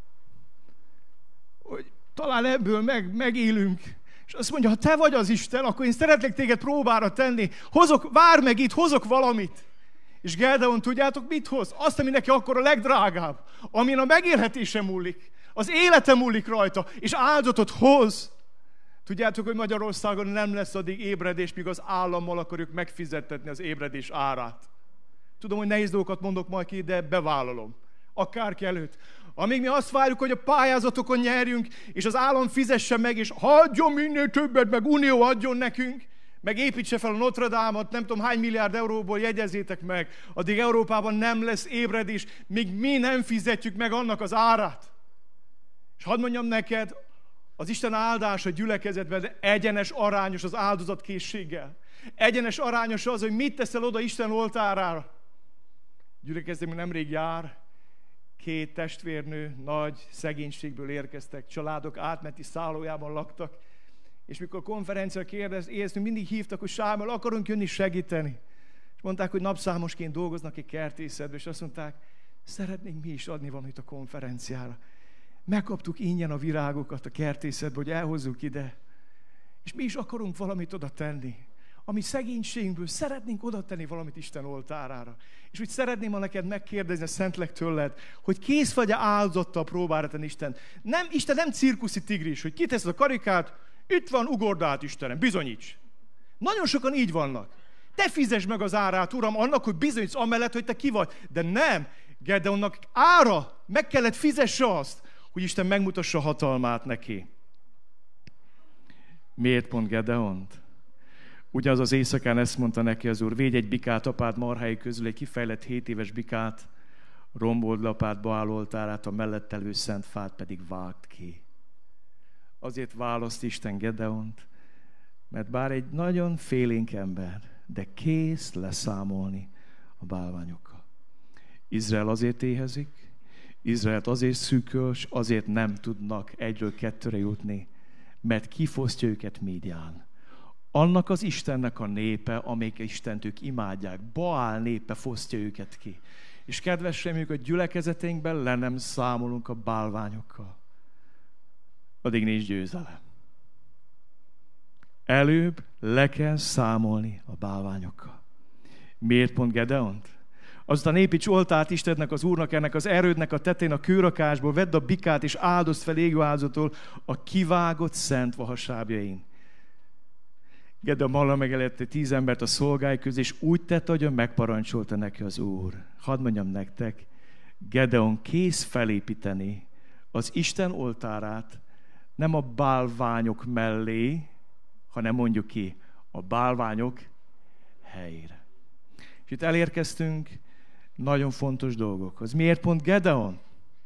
hogy talán ebből megélünk. És azt mondja, ha te vagy az Isten, akkor én szeretnék téged próbára tenni. Várj meg itt, hozok valamit. És Gedeon, tudjátok mit hoz? Azt, ami neki akkor a legdrágább, amin a megélhetése múlik, az élete múlik rajta, és áldozatot hoz. Tudjátok, hogy Magyarországon nem lesz addig ébredés, míg az állammal akarjuk megfizettetni az ébredés árát. Tudom, hogy nehéz dolgokat mondok majd ki, de bevállalom. Akárki előtt. Amíg mi azt várjuk, hogy a pályázatokon nyerjünk, és az állam fizesse meg, és hagyjon minél többet, meg Unió adjon nekünk, meg építse fel a Notre Dame-ot, nem tudom hány milliárd euróból, jegyezzétek meg, addig Európában nem lesz ébredés, míg mi nem fizetjük meg annak az árát. És hadd mondjam neked, az Isten áldása gyülekezetben egyenes arányos az áldozatkészséggel. Egyenes arányos az, hogy mit teszel oda Isten oltárára. Gyülekezetben nemrég jár, 2 testvérnő nagy szegénységből érkeztek, családok átmeneti szállójában laktak, és mikor konferenciára kérdeztünk, mindig hívtak, hogy Sámuel, akarunk jönni segíteni. És mondták, hogy napszámosként dolgoznak egy kertészetben, és azt mondták, szeretnénk mi is adni valamit a konferenciára. Megkaptuk ingyen a virágokat a kertészetbe, hogy elhozzuk ide. És mi is akarunk valamit oda tenni. Ami szegénységünkből szeretnénk oda tenni valamit Isten oltárára. És úgy szeretném ma neked megkérdezni a Szentlélek tőled, hogy kész vagy-e áldozattal próbára tenni Isten. Isten nem cirkuszi tigris, hogy kiteszed a karikát, itt van, ugord át Istenem, bizonyíts. Nagyon sokan így vannak. Te fizesd meg az árát, Uram, annak, hogy bizonyíts amellett, hogy te ki vagy. De nem, Gedeonnak ára, meg kellett fizesse azt, hogy Isten megmutassa a hatalmát neki. Miért pont Gedeont? Ugyanaz az éjszakán ezt mondta neki az Úr, védj egy bikát apád marhái közül, egy kifejlett 7 éves bikát, rombold le apád Baál oltárát, a mellette levő szent fát pedig vágd ki. Azért választ Isten Gedeont, mert bár egy nagyon félénk ember, de kész leszámolni a bálványokkal. Izrael azért éhezik, Izraelt azért szűkös, azért nem tudnak 1-ről 2-re jutni, mert kifosztja őket Midian. annak az Istennek a népe, amelyik Istent ők imádják. Baál népe fosztja őket ki. És kedveseim, a gyülekezeteinkben le nem számolunk a bálványokkal. Addig nincs győzelem. Előbb le kell számolni a bálványokkal. Miért pont Gedeont? Azután építs oltárt Istennek, az Úrnak, ennek az erődnek a tetején a kőrakásból, vedd a bikát és áldozd fel égő áldozattól a kivágott szent vahasábjain. Gedeon maga megelette 10 embert a szolgái közé, és úgy tette, ahogyan megparancsolta neki az Úr. Hadd mondjam nektek, Gedeon kész felépíteni az Isten oltárát nem a bálványok mellé, hanem mondjuk ki, a bálványok helyére. És itt elérkeztünk nagyon fontos dolgokhoz. Miért pont Gedeon?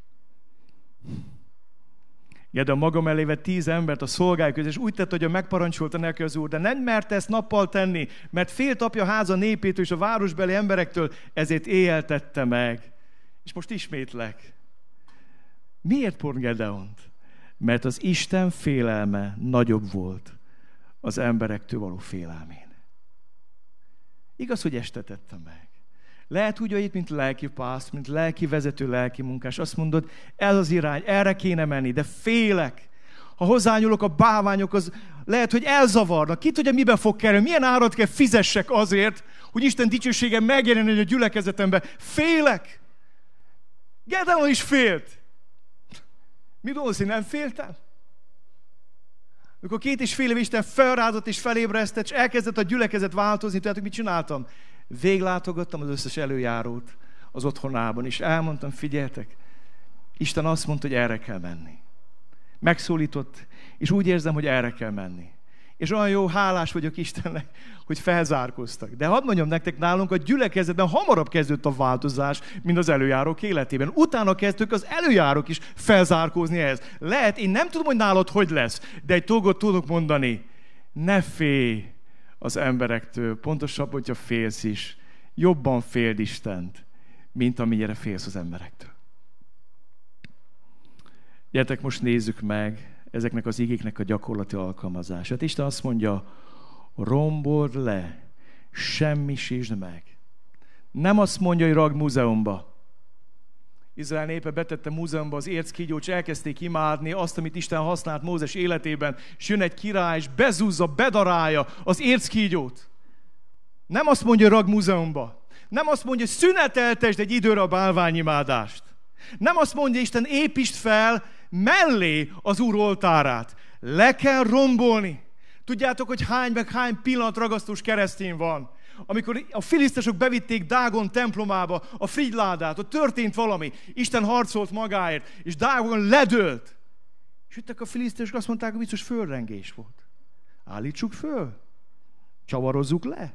Gedeon maga mellé vett 10 embert a szolgái közé, és úgy tette, hogy megparancsolta neki az Úr, de nem merte ezt nappal tenni, mert félt apja háza népétől és a városbeli emberektől, ezért éjjel tette meg. És most ismétlek. Miért pont Gedeont? Mert az Isten félelme nagyobb volt az emberektől való félelmén. Igaz, hogy este tette meg. Lehet úgy, hogy itt, mint lelki pásztor, mint lelki vezető, lelki munkás, azt mondod, ez az irány, erre kéne menni, de félek. Ha hozzányúlok a bálványokhoz, lehet, hogy elzavarnak. Ki tudja, miben fog kerülni, milyen árat kell fizessek azért, hogy Isten dicsősége megjelenjen a gyülekezetemben. Félek. Gedeon is félt. Mi dolgozik, nem féltem? Amikor 2,5 év Isten felrázott és felébresztett, és elkezdett a gyülekezet változni, tudjátok, mit csináltam? Véglátogattam az összes előjárót az otthonában, és elmondtam, figyeljetek, Isten azt mondta, hogy erre kell menni. Megszólított, és úgy érzem, hogy erre kell menni. És olyan jó, hálás vagyok Istennek, hogy felzárkóztak. De hadd mondjam nektek, nálunk a gyülekezetben hamarabb kezdődött a változás, mint az előjárók életében. Utána kezdtük az előjárók is felzárkózni ehhez. Lehet, én nem tudom, hogy nálad hogy lesz, de egy dolgot tudok mondani. Ne félj az emberektől, pontosabb, hogyha félsz is. Jobban féld Istent, mint amennyire félsz az emberektől. Gyertek, most nézzük meg ezeknek az igéknek a gyakorlati alkalmazását. Isten azt mondja, rombold le, semmisítsd meg. Nem azt mondja, hogy ragd múzeumba. Izrael népe betette múzeumba az érckígyót, és elkezdték imádni azt, amit Isten használt Mózes életében, és jön egy király, és bezúzza, bedarálja az érckígyót. Nem azt mondja, hogy ragd múzeumba. Nem azt mondja, hogy szüneteltesd egy időre a bálványimádást. Nem azt mondja Isten, építsd fel mellé az Úr oltárát. Le kell rombolni. Tudjátok, hogy hány pillanatragasztós keresztény van. Amikor a filisztesok bevitték Dágon templomába a frigyládát, ott történt valami. Isten harcolt magáért, és Dágon ledőlt. És jöttek a filisztesek, azt mondták, hogy biztos fölrengés volt. Állítsuk föl. Csavarozzuk le.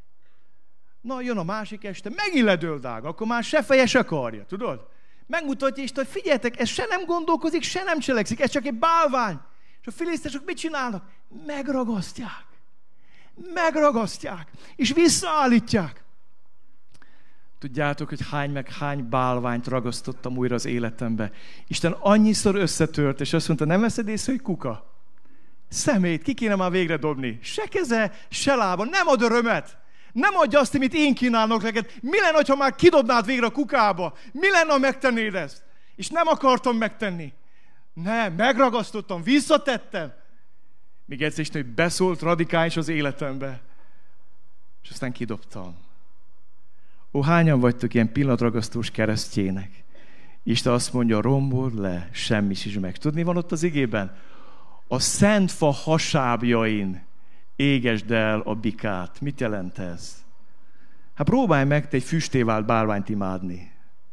Na, jön a másik este, megint ledől Dágon, akkor már se feje, se karja, tudod? Megmutatja Isten, hogy figyeljetek, ez se nem gondolkozik, se nem cselekszik, ez csak egy bálvány. És a filisztesek mit csinálnak? Megragasztják. Megragasztják. És visszaállítják. Tudjátok, hogy hány bálványt ragasztottam újra az életembe. Isten annyiszor összetört, és azt mondta, nem veszed észre, hogy kuka? Szemét, ki kéne már végre dobni. Se keze, se lába, nem ad örömet. Nem adja azt, amit én kínálok neked. Mi lenne, ha már kidobnád végre a kukába? Mi lenne, ha megtennéd ezt? És nem akartam megtenni. Nem, megragasztottam, visszatettem. Még egyszer Isten, hogy beszólt radikális az életembe. És aztán kidobtam. Ó, hányan vagytok ilyen pillanatragasztós keresztjének? Isten azt mondja, rombold le, semmisítsd meg. Tudni, mi van ott az igében? A szent fa hasábjain égesd el a bikát. Mit jelent ez? Hát próbálj meg te egy füsté vált bálványt imádni.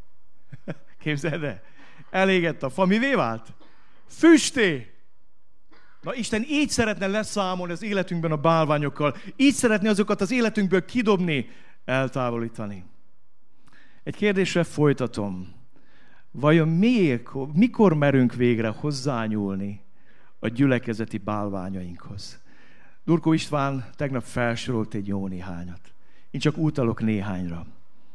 Képzeld el? Elégett a fa. Mivé vált? Füsté! Na, Isten így szeretne leszámolni az életünkben a bálványokkal. Így szeretne azokat az életünkből kidobni, eltávolítani. Egy kérdésre folytatom. Vajon mikor merünk végre hozzányúlni a gyülekezeti bálványainkhoz? Durkó István tegnap felsorolt egy jó néhányat. Én csak utalok néhányra.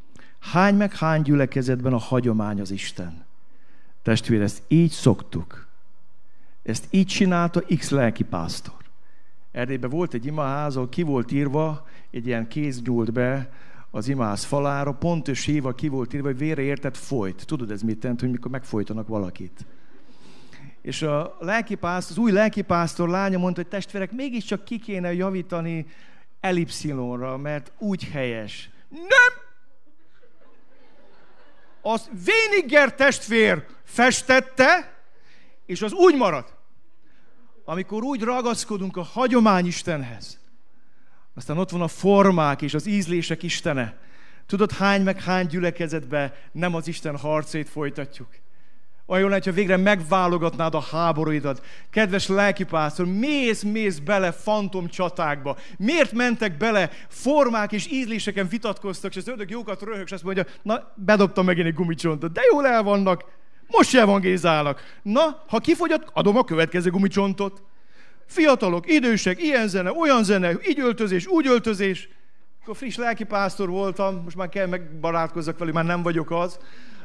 Hány gyülekezetben a hagyomány az Isten? Testvér, ezt így szoktuk. Ezt így csinálta X lelkipásztor. Erdélyben volt egy imaház, ahol ki volt írva, egy ilyen kéz nyúlt be az imaház falára, pontos híva ki volt írva, hogy vére értett folyt. Tudod ez mit jelent, hogy mikor megfojtanak valakit. És a lelkipásztor, az új lelkipásztor lánya mondta, hogy testvérek, mégiscsak ki kéne javítani elipszilonra, mert úgy helyes. Nem! Az Weniger testvér festette, és az úgy marad. Amikor úgy ragaszkodunk a hagyományistenhez, aztán ott van a formák és az ízlések istene. Tudod, hány meg hány gyülekezetben nem az Isten harcét folytatjuk. Olyan jó lenne, ha végre megválogatnád a háborúidat. Kedves lelkipásztor, mész bele fantomcsatákba. Miért mentek bele formák és ízléseken vitatkoztak, és az ördög jókat röhög, és azt mondja, na, bedobtam megint egy gumicsontot, de jól el vannak, most se evangélizálnak. Na, ha kifogyott, adom a következő gumicsontot. Fiatalok, idősek, ilyen zene, olyan zene, így öltözés, úgy öltözés. Akkor friss lelkipásztor voltam, most már kell megbarátkozzak velük, már nem vagyok az.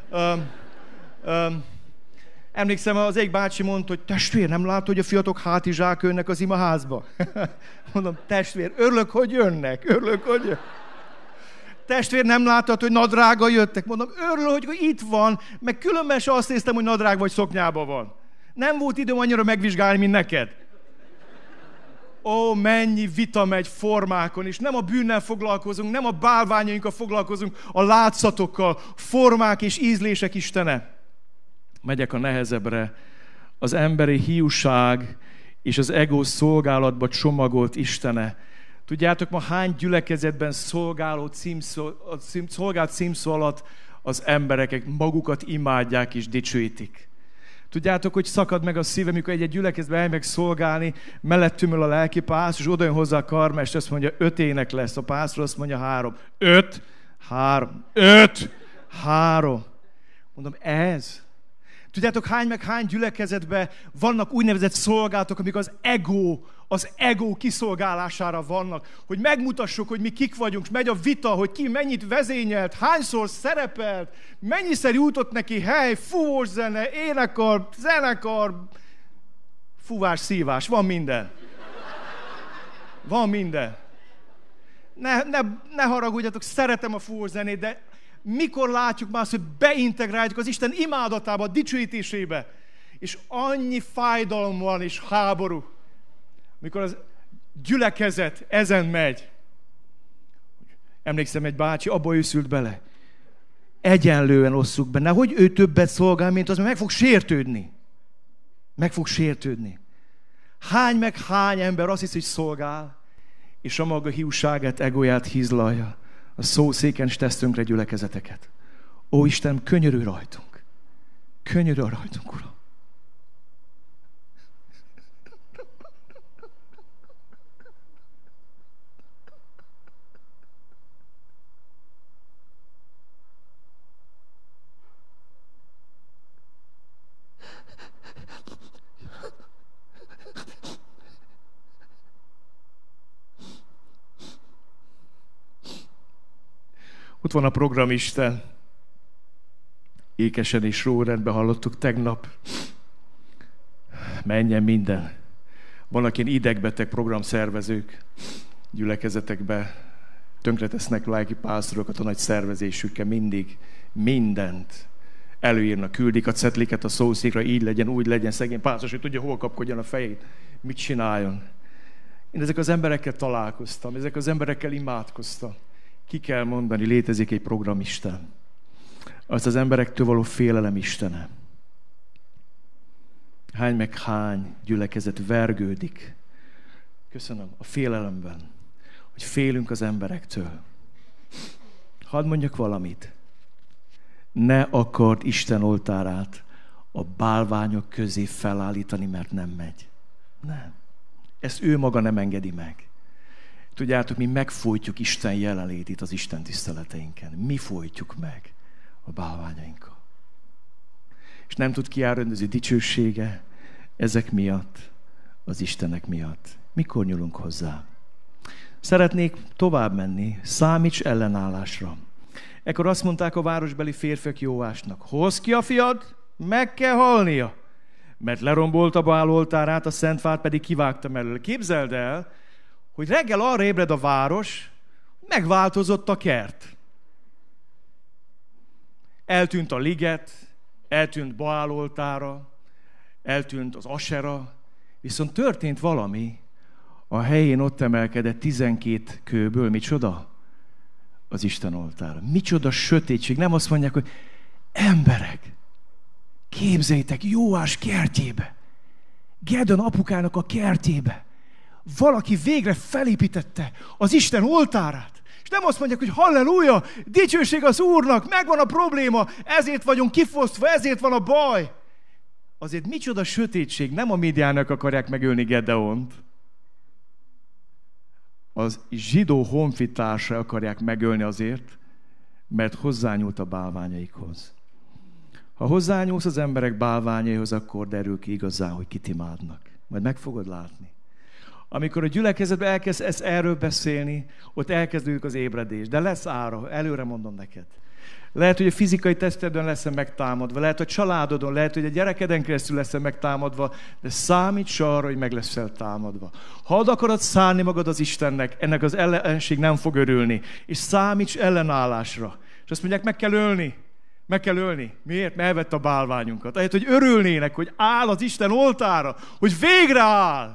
Emlékszem, az egyik bácsi mondta, hogy testvér, nem látod, hogy a fiatok hátizsák jönnek az imaházba? Mondom, testvér, örülök, hogy jönnek. Testvér, nem látod, hogy nadrággal jöttek? Mondom, örülök, hogy itt van, meg különben se azt néztem, hogy nadrág vagy szoknyában van. Nem volt időm annyira megvizsgálni, mint neked. Ó, mennyi vita megy formákon, és nem a bűnnel foglalkozunk, nem a bálványainkkal foglalkozunk, a látszatokkal, formák és ízlések istene. Megyek a nehezebbre. Az emberi hiúság és az ego szolgálatba csomagolt istene. Tudjátok, ma hány gyülekezetben szolgált címszó alatt az emberek magukat imádják és dicsőítik. Tudjátok, hogy szakad meg a szívem, amikor egy gyülekezetben elmegy szolgálni, mellettünk a lelkipásztor, és oda jön hozzá a karmester, azt mondja, 5 ének lesz. A pásztor azt mondja, 3. 5, 3, 5, 3. Mondom, ez. Tudjátok, hány meg hány gyülekezetben vannak úgynevezett szolgálatok, amik az ego kiszolgálására vannak. Hogy megmutassuk, hogy mi kik vagyunk, és megy a vita, hogy ki mennyit vezényelt, hányszor szerepelt, mennyiszer jutott neki hely, fúvós zene, énekar, zenekar, fúvás, szívás, van minden. Van minden. Ne haragudjatok, szeretem a fúvós zenét, de mikor látjuk már azt, hogy beintegráljuk az Isten imádatába, a dicsőítésébe, és annyi fájdalom van és háború, mikor az gyülekezet ezen megy. Emlékszem, egy bácsi abba őszült bele. Egyenlően osszuk be. Nehogy ő többet szolgál, mint az, mert meg fog sértődni. Meg fog sértődni. Hány meg hány ember azt hiszi, hogy szolgál, és a maga hiúságát, egóját hízlalja. A szószéken is tesz tönkre gyülekezeteket. Ó, Isten, könyörülj rajtunk. Könyörülj rajtunk, Uram. Ott van a programisten. Ékesen és rórendben hallottuk tegnap. Menjen minden. Vannak ilyen idegbeteg programszervezők gyülekezetekbe. Tönkretesznek lelkipásztorokat a nagy szervezésükkel. Mindig mindent előírnak, küldik a cetliket a szószékra, így legyen, úgy legyen, szegény pásztor, hogy tudja, hol kapkodjon a fejét, mit csináljon. Én ezek az emberekkel találkoztam, ezek az emberekkel imádkoztam. Ki kell mondani, létezik egy programisten. Az az emberektől való félelem istene. Hány meg hány gyülekezet vergődik. Köszönöm, a félelemben. Hogy félünk az emberektől. Hadd mondjak valamit. Ne akard Isten oltárát a bálványok közé felállítani, mert nem megy. Nem. Ezt ő maga nem engedi meg. Tudjátok, mi megfojtjuk Isten jelenlétét az Isten tiszteleteinken. Mi folytjuk meg a bálványainkkal. És nem tud kiárni az ő dicsősége ezek miatt, az Istenek miatt. Mikor nyúlunk hozzá? Szeretnék tovább menni, számíts ellenállásra. Ekkor azt mondták a városbeli férfiak Jóásnak, hozd ki a fiad, meg kell halnia. mert lerombolta Baál oltárát, a szent fát pedig kivágta mellőle. Képzeld el, hogy reggel arra ébred a város, megváltozott a kert. Eltűnt a liget, eltűnt Baál oltára, eltűnt az Asera, viszont történt valami, a helyén ott emelkedett 12 kőből, micsoda? Az Isten oltára. Micsoda sötétség. Nem azt mondják, hogy emberek, képzeljétek, Jóás kertjébe, Gedeon apukának a kertjébe valaki végre felépítette az Isten oltárát. És nem azt mondják, hogy halleluja, dicsőség az Úrnak, megvan a probléma, ezért vagyunk kifosztva, ezért van a baj. Azért micsoda sötétség, nem a Midiánok akarják megölni Gedeont. Az zsidó honfitársai akarják megölni azért, mert hozzányúlt a bálványaikhoz. Ha hozzányúlsz az emberek bálványaihoz, akkor derül ki igazán, hogy kit imádnak. Majd meg fogod látni. Amikor a gyülekezetben elkezdesz erről beszélni, ott elkezdődik az ébredés. De lesz ára, előre mondom neked. Lehet, hogy a fizikai testedön leszel megtámadva, lehet, hogy a családodon, lehet, hogy a gyerekeden keresztül leszel megtámadva, de számíts arra, hogy meg leszel támadva. Ha oda akarod szállni magad az Istennek, ennek az ellenség nem fog örülni. És számíts ellenállásra. És azt mondják, meg kell ölni. Meg kell ölni. Miért? Mert elvett a bálványunkat. Ahelyett, hogy örülnének, hogy áll az Isten oltára, hogy végre áll.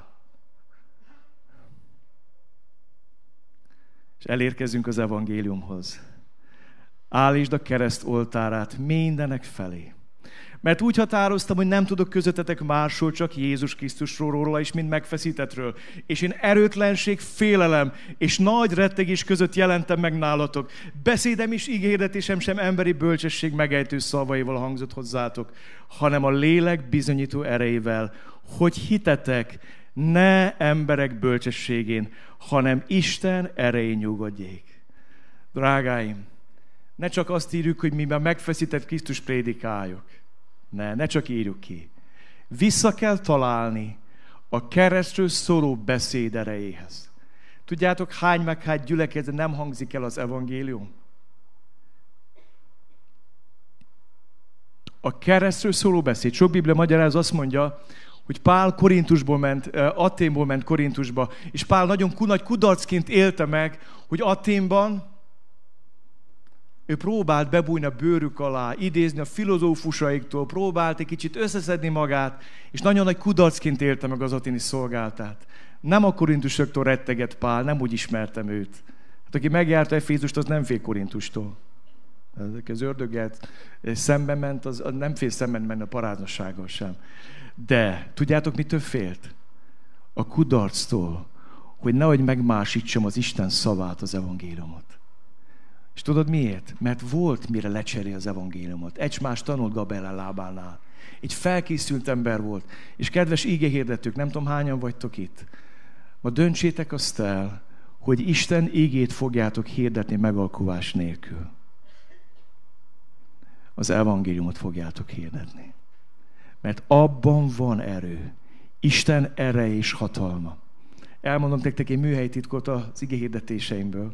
És elérkezünk az evangéliumhoz. Állítsd a kereszt oltárát mindenek felé. Mert úgy határoztam, hogy nem tudok közöttetek másról, csak Jézus Krisztusról, róla is, mint megfeszítettről. És én erőtlenség, félelem és nagy rettegés között jelentem meg nálatok. Beszédem és ígérdetésem sem emberi bölcsesség megejtő szavaival hangzott hozzátok, hanem a lélek bizonyító erejével, hogy hitetek ne emberek bölcsességén, hanem Isten erején nyugodjék. Drágáim, ne csak azt írjuk, hogy mi már megfeszített Krisztus prédikáljuk. Ne csak írjuk ki. Vissza kell találni a keresztről szóló beszéd erejéhez. Tudjátok, hány meg hány gyülekezet nem hangzik el az evangélium? A keresztről szóló beszéd. Sok Biblia magyaráz azt mondja, hogy Pál Athénból ment Korintusba, és Pál nagyon nagy kudarcként élte meg, hogy Athénban ő próbált bebújni a bőrük alá, idézni a filozófusaiktól, próbált egy kicsit összeszedni magát, és nagyon nagy kudarcként élte meg az athéni szolgáltát. Nem a korintusoktól retteget Pál, nem úgy ismertem őt. Hát aki megjárta Efézust, az nem fél Korintustól. Az ördöggel szemben ment, az nem fél szemben menni a paráznossággal sem. De tudjátok, mitől félt? A kudarctól, hogy nehogy megmásítsam az Isten szavát, az evangéliumot. És tudod miért? Mert volt mire lecserél az evangéliumot. Egymás tanult Gabella lábánál. Egy felkészült ember volt. És kedves ígehirdetők, nem tudom hányan vagytok itt. Ma döntsétek azt el, hogy Isten ígét fogjátok hirdetni megalkuvás nélkül. Az evangéliumot fogjátok hirdetni. Mert abban van erő. Isten ereje és hatalma. Elmondom nektek egy műhelyi titkot az igéhirdetéseimből.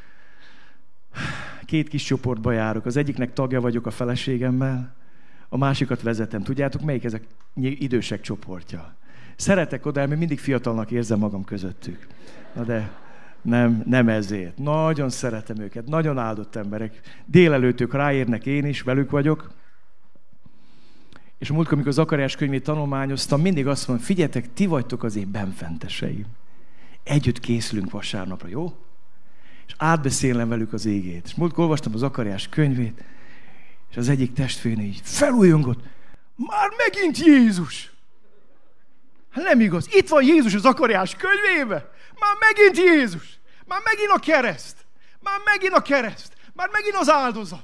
2 kis csoportba járok. Az egyiknek tagja vagyok a feleségemmel, a másikat vezetem. Tudjátok, melyik ezek idősek csoportja? Szeretek oda, mert mindig fiatalnak érzem magam közöttük. Na de nem ezért. Nagyon szeretem őket, nagyon áldott emberek. Délelőtt ők ráérnek, én is, velük vagyok. És a múltkor, amikor Zakariás könyvét tanulmányoztam, mindig azt mondom, figyeljetek, ti vagytok az én benfenteseim. Együtt készülünk vasárnapra, jó? És átbeszélem velük az égét. És múltkor olvastam az Zakariás könyvét, és az egyik testvérnő így felújongott. Már megint Jézus! Hát nem igaz. Itt van Jézus az Zakariás könyvében. Már megint Jézus. Már megint a kereszt. Már megint a kereszt. Már megint az áldozat.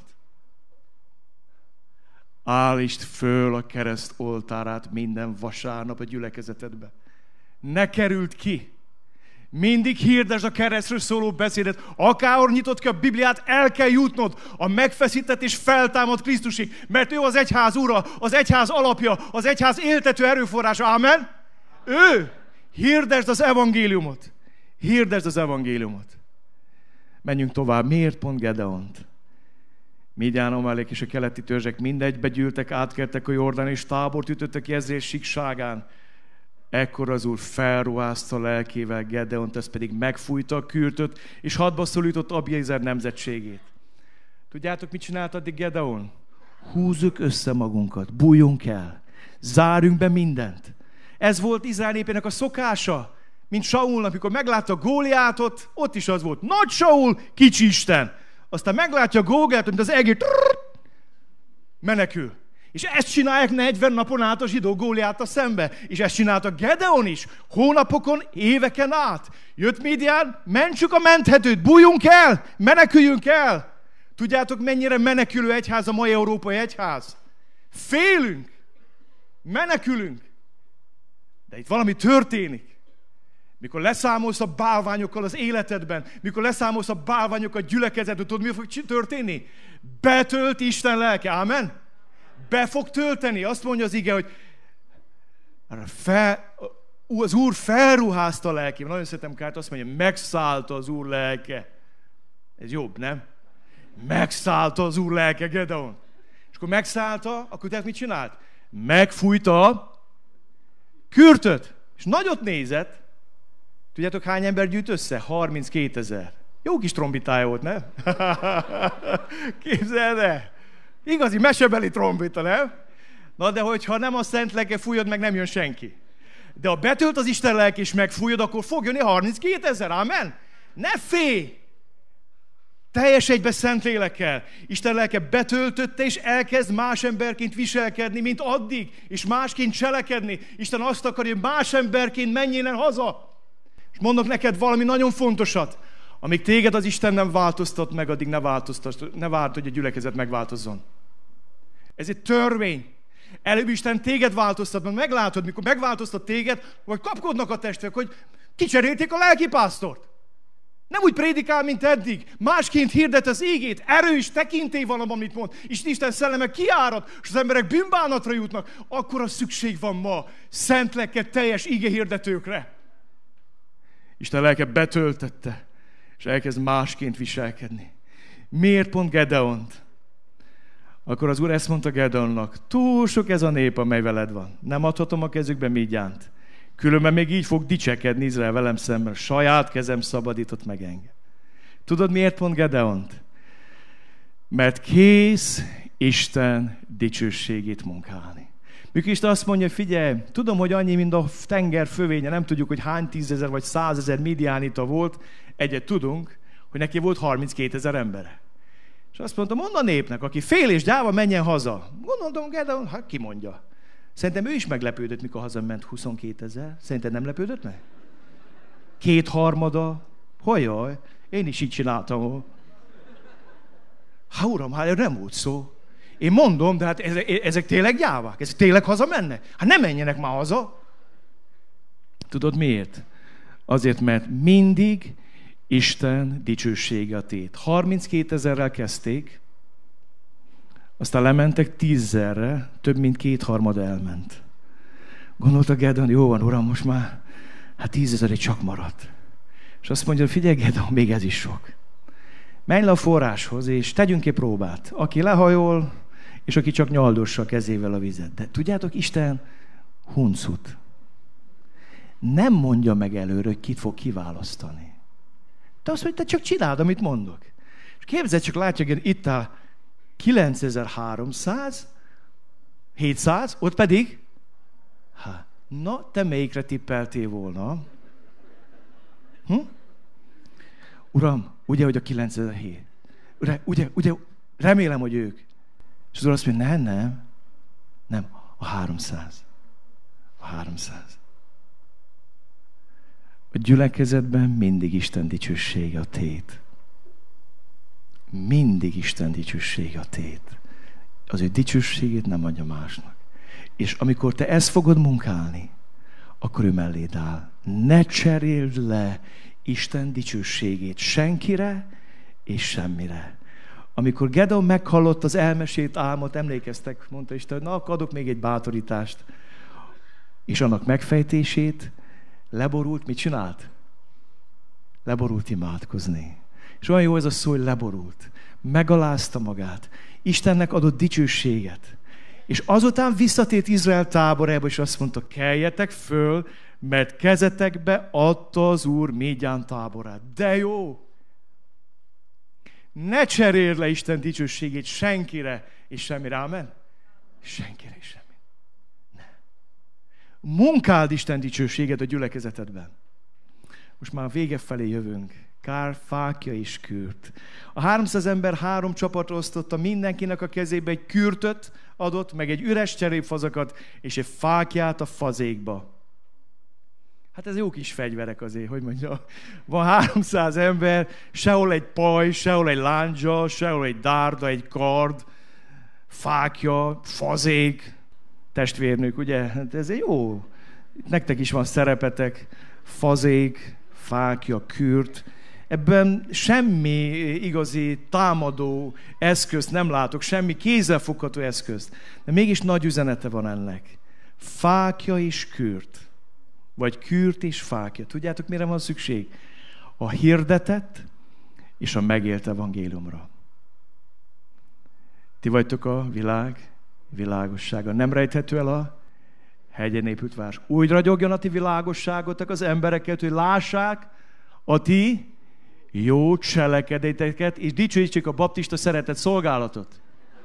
Állítsd föl a kereszt oltárát minden vasárnap a gyülekezetedbe. Ne került ki. Mindig hirdesd a keresztről szóló beszédet. Akárhol nyitod ki a Bibliát, el kell jutnod a megfeszített és feltámadt Krisztusig. Mert ő az egyház ura, az egyház alapja, az egyház éltető erőforrása. Amen? Ő! Hirdesd az evangéliumot. Hirdesd az evangéliumot. Menjünk tovább. Miért pont Gedeont? Midian, Amalek és a keleti törzsek mindegybe gyűltek, átkertek a Jordán, és tábort ütöttek Jezreel síkságán. Ekkor az Úr felruházta lelkével Gedeont, ez pedig megfújta a kürtöt, és hadba szólított Abiezer nemzetségét. Tudjátok, mit csinált addig Gedeon? Húzzuk össze magunkat, bújjunk el, zárjunk be mindent. Ez volt Izrael népének a szokása, mint Saulnak, amikor meglátta Góliátot, ott is az volt. Nagy Saul, kicsi Isten. Aztán meglátja Góliátot, mint az egér, menekül. És ezt csinálják 40 napon át a zsidó Góliáttal szembe. És ezt csinálta Gedeon is. Hónapokon, éveken át. Jött Midian, mentsük a menthetőt, bújjunk el, meneküljünk el. Tudjátok, mennyire menekülő egyház a mai európai egyház? Félünk, menekülünk. De itt valami történik. Mikor leszámolsz a bálványokkal az életedben, mikor leszámolsz a bálványokkal a gyülekezetben, tudod, mi fog történni? Betölt Isten lelke, ámen? Be fog tölteni. Azt mondja az ige, hogy az Úr felruházta a lelkével. Nagyon szeretem Kárt, azt mondja, megszállta az Úr lelke. Ez jobb, nem? Megszállta az Úr lelke, Gedeon. És akkor megszállta, akkor tehát mit csinált? Megfújta a kürtöt. És nagyot nézett. Tudjátok, hány ember gyűjt össze? 32 000. Jó kis trombitája volt, nem? Képzeld el! Igazi mesebeli trombita, nem? Na de hogyha nem a szent lelke fújod, meg nem jön senki. De ha betölt az Isten lelke és megfújod, akkor fog jönni 32 000, amen? Ne félj! Teljes egybe szent lélekkel. Isten lelke betöltötte, és elkezd más emberként viselkedni, mint addig, és másként cselekedni. Isten azt akarja, hogy más emberként menjél haza. És mondok neked valami nagyon fontosat. Amíg téged az Isten nem változtat meg, addig ne várd, hogy a gyülekezet megváltozzon. Ez egy törvény. Előbb Isten téged változtat, mert meglátod, mikor megváltoztat téged, vagy kapkodnak a testvérek, hogy kicserélték a lelkipásztort. Nem úgy prédikál, mint eddig. Másként hirdet az ígét. Erős tekintély van, amit mond. És Isten szelleme kiárad, és az emberek bűnbánatra jutnak. Akkora szükség van ma szent lelke teljes ígehirdetőkre. Isten lelke betöltette, és elkezd másként viselkedni. Miért pont Gedeont? Akkor az Úr ezt mondta Gedeonnak, túl sok ez a nép, amely veled van. Nem adhatom a kezükbe Midiant. Különben még így fog dicsekedni Izrael velem szemben. Saját kezem szabadított meg engem. Tudod, miért pont Gedeont? Mert kész Isten dicsőségét munkálni. Mikor Isten azt mondja, figyelj, tudom, hogy annyi, mint a tenger fövénye, nem tudjuk, hogy hány 10 000 vagy 100 000 midiánita volt, egyet tudunk, hogy neki volt 32 000 embere. És azt mondta, mondd a népnek, aki fél és gyáva, menjen haza. Gondoltam, Gedeon, hát ki mondja. Szerintem ő is meglepődött, mikor hazament 22 000. Szerinted nem lepődött meg? 2/3. Hajjaj, én is így csináltam. Hát uram, hát nem volt szó. Én mondom, de hát ezek tényleg gyávák? Ezek tényleg hazamennek? Hát nem menjenek már haza. Tudod miért? Azért, mert mindig Isten dicsősége a tét. 32 000-rel kezdték, aztán lementek 10 000-re, több mint 2/3 elment. Gondolta Gedeon, jó van, uram, most már, hát 10 000 csak maradt. És azt mondja, figyelj Gedeon, még ez is sok. Menj le a forráshoz, és tegyünk egy próbát. Aki lehajol, és aki csak nyaldossa a kezével a vizet. De tudjátok, Isten huncut. Nem mondja meg előre, hogy kit fog kiválasztani. De azt mondja, te csak csináld, amit mondok. És képzeld, csak látja, hogy itt áll 9300, 700, ott pedig, na, te melyikre tippeltél volna? Uram, ugye, hogy a 9007? Ugye, remélem, hogy ők. És az Úr azt mondja, nem, a 300. A 300. A gyülekezetben mindig Isten dicsősége a tét. Mindig Isten dicsősége a tét. Az ő dicsőségét nem adja másnak. És amikor te ezt fogod munkálni, akkor ő melléd áll. Ne cseréld le Isten dicsőségét senkire és semmire. Amikor Gedeon meghallott az elmesélt álmot, emlékeztek, mondta Isten, hogy na, akkor adok még egy bátorítást. És annak megfejtését leborult, mit csinált? Leborult imádkozni. És olyan jó ez a szó, hogy leborult. megalázta magát, Istennek adott dicsőséget. És azután visszatért Izrael táborába, és azt mondta, keljetek föl, mert kezetekbe adta az Úr Médján táborát. De jó! Ne cseréld le Isten dicsőségét senkire és semmire. Amen? Senkire és semmi. Ne. Munkáld Isten dicsőséget a gyülekezetedben. Most már a vége felé jövünk. Kár, fákja és kürt. A 300 ember 3 csapatra osztotta, mindenkinek a kezébe egy kürtöt adott, meg egy üres cserépfazakat, és egy fákját a fazékba. Hát ez jó kis fegyverek azért, hogy mondja. Van 300 ember, sehol egy paj, sehol egy láncsa, sehol egy dárda, egy kard, fákja, fazék, testvérnők, ugye? Hát ez jó. Nektek is van szerepetek, fazék, fákja, kürt. Ebben semmi igazi támadó eszközt nem látok, semmi kézzelfogható eszközt. De mégis nagy üzenete van ennek. Fákja és kürt. Vagy kürt és fákja. Tudjátok, mire van szükség? A hirdetett és a megélt evangéliumra. Ti vagytok a világ világossága. Nem rejthető el a hegyen épült város. Úgy ragyogjon a ti világosságotok az embereket, hogy lássák a ti jó cselekedeteket, és dicsőítsék a baptista szeretett szolgálatot.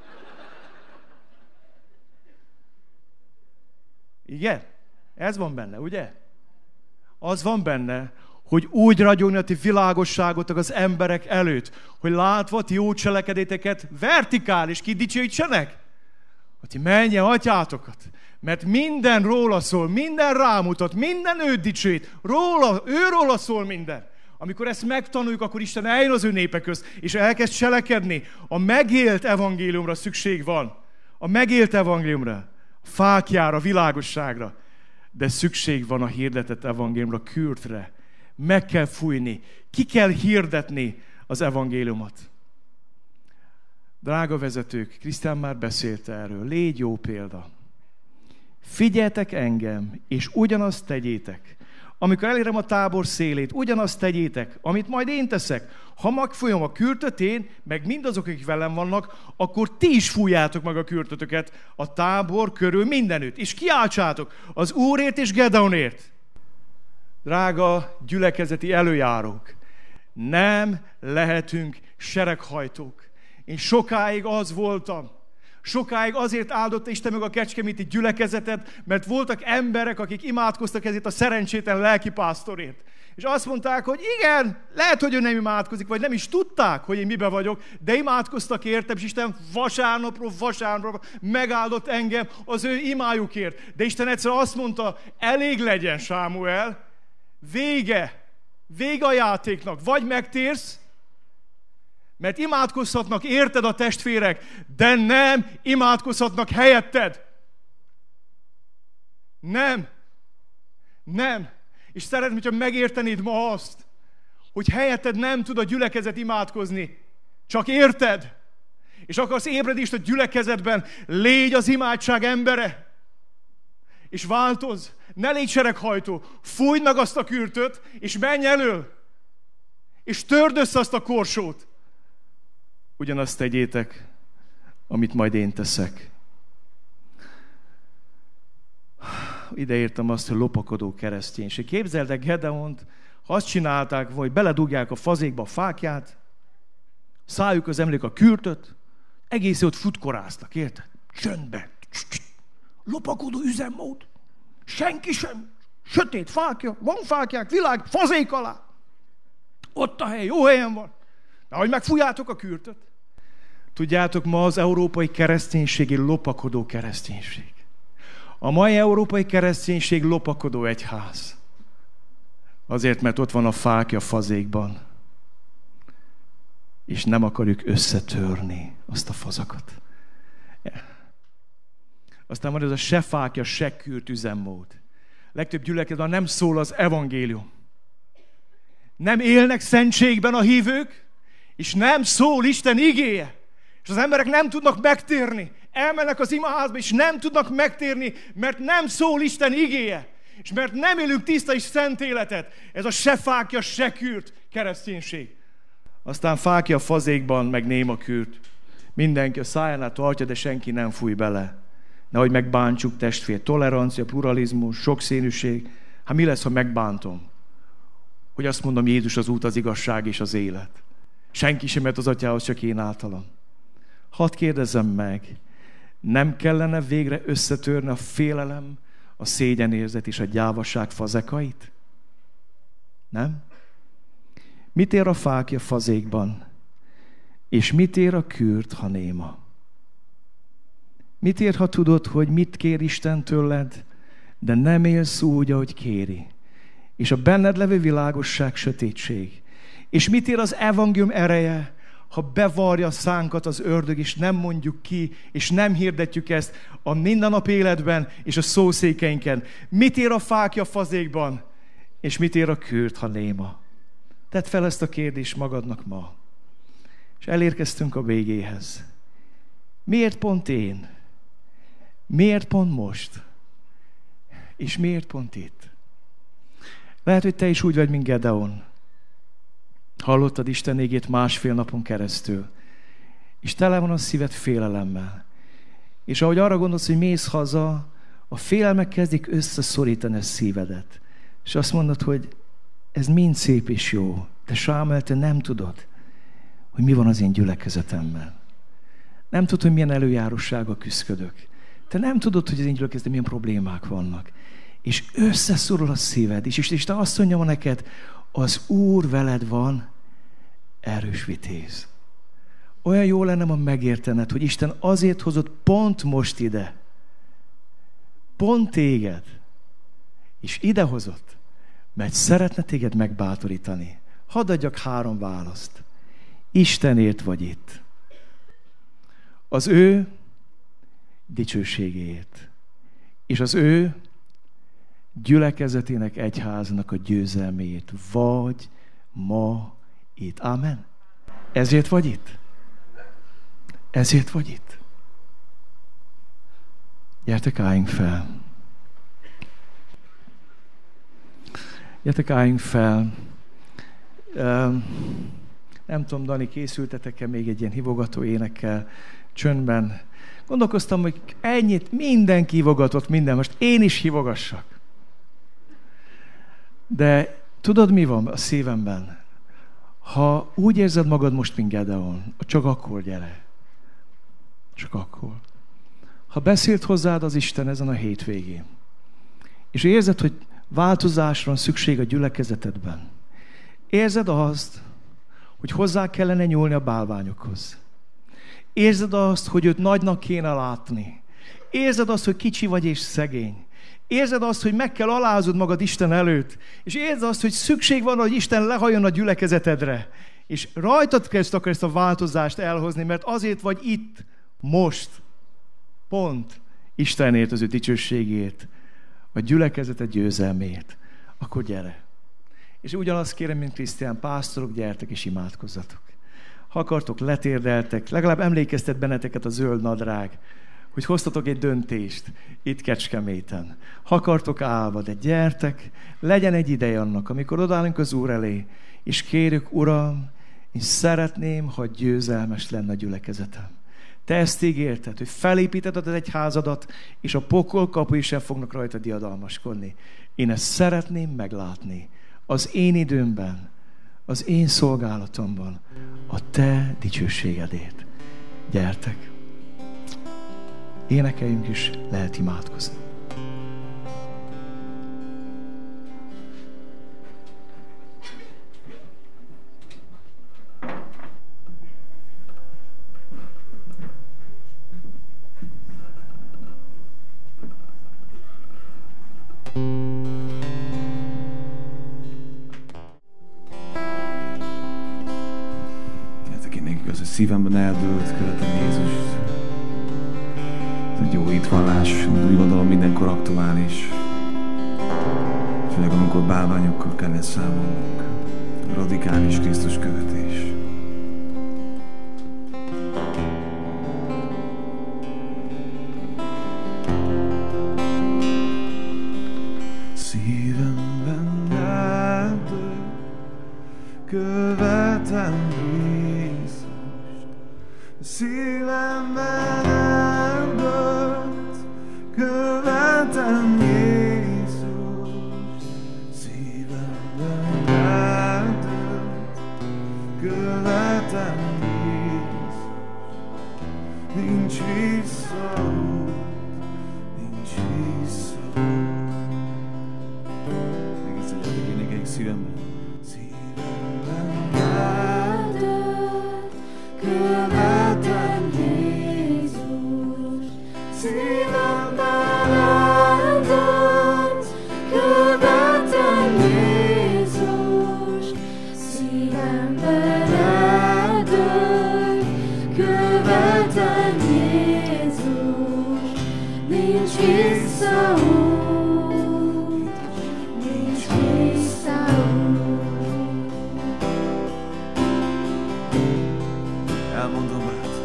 Igen? Ez van benne, ugye? Az van benne, hogy úgy ragyogni a ti világosságotok az emberek előtt, hogy látva ti jó cselekedeteket vertikális kidicsőítsenek. A ti menje atyátokat. Mert minden róla szól, minden rámutat, minden őt dicsőít. Őróla szól minden. Amikor ezt megtanuljuk, akkor Isten eljön az ő népe közt, és elkezd cselekedni. A megélt evangéliumra szükség van. A megélt evangéliumra, a fákjára, a világosságra. De szükség van a hirdetett evangéliumra, kürtre. Meg kell fújni. Ki kell hirdetni az evangéliumot. Drága vezetők, Krisztián már beszélt erről. Légy jó példa. Figyeljetek engem, és ugyanazt tegyétek. Amikor elérem a tábor szélét, ugyanazt tegyétek, amit majd én teszek. Ha megfújom a kürtöt én, meg mindazok, akik velem vannak, akkor ti is fújjátok meg a kürtötöket a tábor körül mindenütt. És kiáltsátok az Úrért és Gedeonért. Drága gyülekezeti előjárók, nem lehetünk sereghajtók. Én sokáig az voltam. Sokáig azért áldotta Isten meg a kecskeméti gyülekezetet, mert voltak emberek, akik imádkoztak ezért a szerencsétlen lelkipásztorért. És azt mondták, hogy igen, lehet, hogy ő nem imádkozik, vagy nem is tudták, hogy én mibe vagyok, de imádkoztak értem, és Isten vasárnapról megáldott engem az ő imájukért. De Isten egyszer azt mondta, elég legyen, Sámuel, vége a játéknak, vagy megtérsz, mert imádkozhatnak érted a testvérek, de nem imádkozhatnak helyetted. Nem. És szeretném, hogyha megértenéd ma azt, hogy helyetted nem tud a gyülekezet imádkozni. Csak érted. És akarsz ébredést a gyülekezetben, légy az imádság embere. És változz. Ne légy sereghajtó. Fújd meg azt a kürtöt, és menj elől. És törd össze azt a korsót. Ugyanazt tegyétek, amit majd én teszek. Ide értem azt, hogy lopakodó kereszténység. Képzeld el Gedeont, ha azt csinálták, hogy beledugják a fazékba a fákját, szálljuk az emlék a kürtöt, egész ott futkoráztak, érted? Csöndbe. Lopakodó üzemmód. Senki sem. Sötét fákja, van fákják, világ, fazék alá. Ott a hely, jó helyen van. De hogy megfújjátok a kürtöt. Tudjátok, ma az európai kereszténység egy lopakodó kereszténység. A mai európai kereszténység lopakodó egyház. Azért, mert ott van a fákja a fazékban. És nem akarjuk összetörni azt a fazakat. Aztán van ez a se fákja, se kürt üzemmód. Legtöbb gyülekezetben nem szól az evangélium. Nem élnek szentségben a hívők, és nem szól Isten igéje. És az emberek nem tudnak megtérni. Elmennek az imaházba, és nem tudnak megtérni, mert nem szól Isten igéje. És mert nem élünk tiszta és szent életet. Ez a se fákja, se kürt kereszténység. Aztán fákja a fazékban, meg néma kürt. Mindenki a szájánál tartja, de senki nem fúj bele. Nehogy megbántsuk, testvér. Tolerancia, pluralizmus, sokszínűség. Hát mi lesz, ha megbántom? Hogy azt mondom, Jézus az út, az igazság és az élet. Senki sem mehet az atyához, csak én általam. Hadd kérdezzem meg, nem kellene végre összetörni a félelem, a szégyenérzet és a gyávaság fazekait? Nem? Mit ér a fákja fazékban? És mit ér a kürt, ha néma? Mit ér, ha tudod, hogy mit kér Isten tőled, de nem élsz úgy, ahogy kéri? És a benned levő világosság sötétség. És mit ér az evangélium ereje, ha bevarja a szánkat az ördög, és nem mondjuk ki, és nem hirdetjük ezt a mindennap életben és a szószékeinken? Mit ér a fákja fazékban, és mit ér a kürt, ha néma? Tedd fel ezt a kérdést magadnak ma. És elérkeztünk a végéhez. Miért pont én? Miért pont most? És miért pont itt? Lehet, hogy te is úgy vagy, mint Gedeon. Hallottad Isten igét 1,5 napon keresztül. És tele van a szíved félelemmel. És ahogy arra gondolsz, hogy mész haza, a félelmek kezdik összeszorítani a szívedet. És azt mondod, hogy ez mind szép és jó. De Sámuel, te nem tudod, hogy mi van az én gyülekezetemmel. Nem tudod, hogy milyen előjárossággal küszködök. Te nem tudod, hogy az én gyülekezetemben milyen problémák vannak. És összeszorul a szíved. És te azt mondja neked, az Úr veled van, erős vitéz. Olyan jó lenne ma megértened, hogy Isten azért hozott pont most ide. Pont téged. És ide hozott, mert szeretne téged megbátorítani. Hadd adjak 3 választ. Istenért vagy itt. Az ő dicsőségéért. És az ő gyülekezetének, egyháznak a győzelméért vagy ma itt. Ámen. Ezért vagy itt? Ezért vagy itt? Gyertek, álljunk fel. Gyertek, álljunk fel. Nem tudom, Dani, készültetek-e még egy ilyen hívogató énekkel csöndben? Gondolkoztam, hogy ennyit mindenki hívogatott, minden, most én is hívogassak. De tudod, mi van a szívemben? Ha úgy érzed magad most, mint Gedeon, csak akkor gyere. Csak akkor. Ha beszélt hozzád az Isten ezen a hétvégén, és érzed, hogy változásra van szükség a gyülekezetedben, érzed azt, hogy hozzá kellene nyúlni a bálványokhoz. Érzed azt, hogy őt nagynak kéne látni. Érzed azt, hogy kicsi vagy és szegény. Érzed azt, hogy meg kell alázod magad Isten előtt. És érzed azt, hogy szükség van, hogy Isten lehajjon a gyülekezetedre. És rajtad kezd akar ezt a változást elhozni, mert azért vagy itt, most, pont Istenért, az ő dicsőségét, a gyülekezeted győzelmét. Akkor gyere. És ugyanazt kérem, mint Krisztián, pásztorok, gyertek és imádkozzatok. Ha akartok, letérdeltek, legalább emlékeztet benneteket a zöld nadrág, hogy hoztatok egy döntést itt Kecskeméten. Ha akartok, állva, de gyertek, legyen egy ideje annak, amikor odállunk az Úr elé, és kérjük, Uram, én szeretném, ha győzelmes lenne a gyülekezetem. Te ezt ígérted, hogy felépíted az egyházadat, és a pokol kapui sem fognak rajta diadalmaskodni. Én ezt szeretném meglátni az én időmben, az én szolgálatomban, a te dicsőségedért. Gyertek! Énekeljünk is, lehet imádkozni. Szívemben eldőlt, követem Jézust. Ez egy jó hitvallás, úgy gondolom mindenkor aktuális. Főleg amikor bálványokkal kellett számolnunk. Radikális Krisztus követés. Szívemben eldőlt, követem Szívemben eldönt, követem Jézus. Szívemben eldönt, követem Jézus. Nincs visszaút, nincs visszaút. Még egyszer énekeljük szívemben. Szívemben eldönt, követem Jézus. Szívemben eldönt, követem Jézus. Szívemben eldönt, követem Jézus. Nincs visszaút, nincs visszaút. Elmondom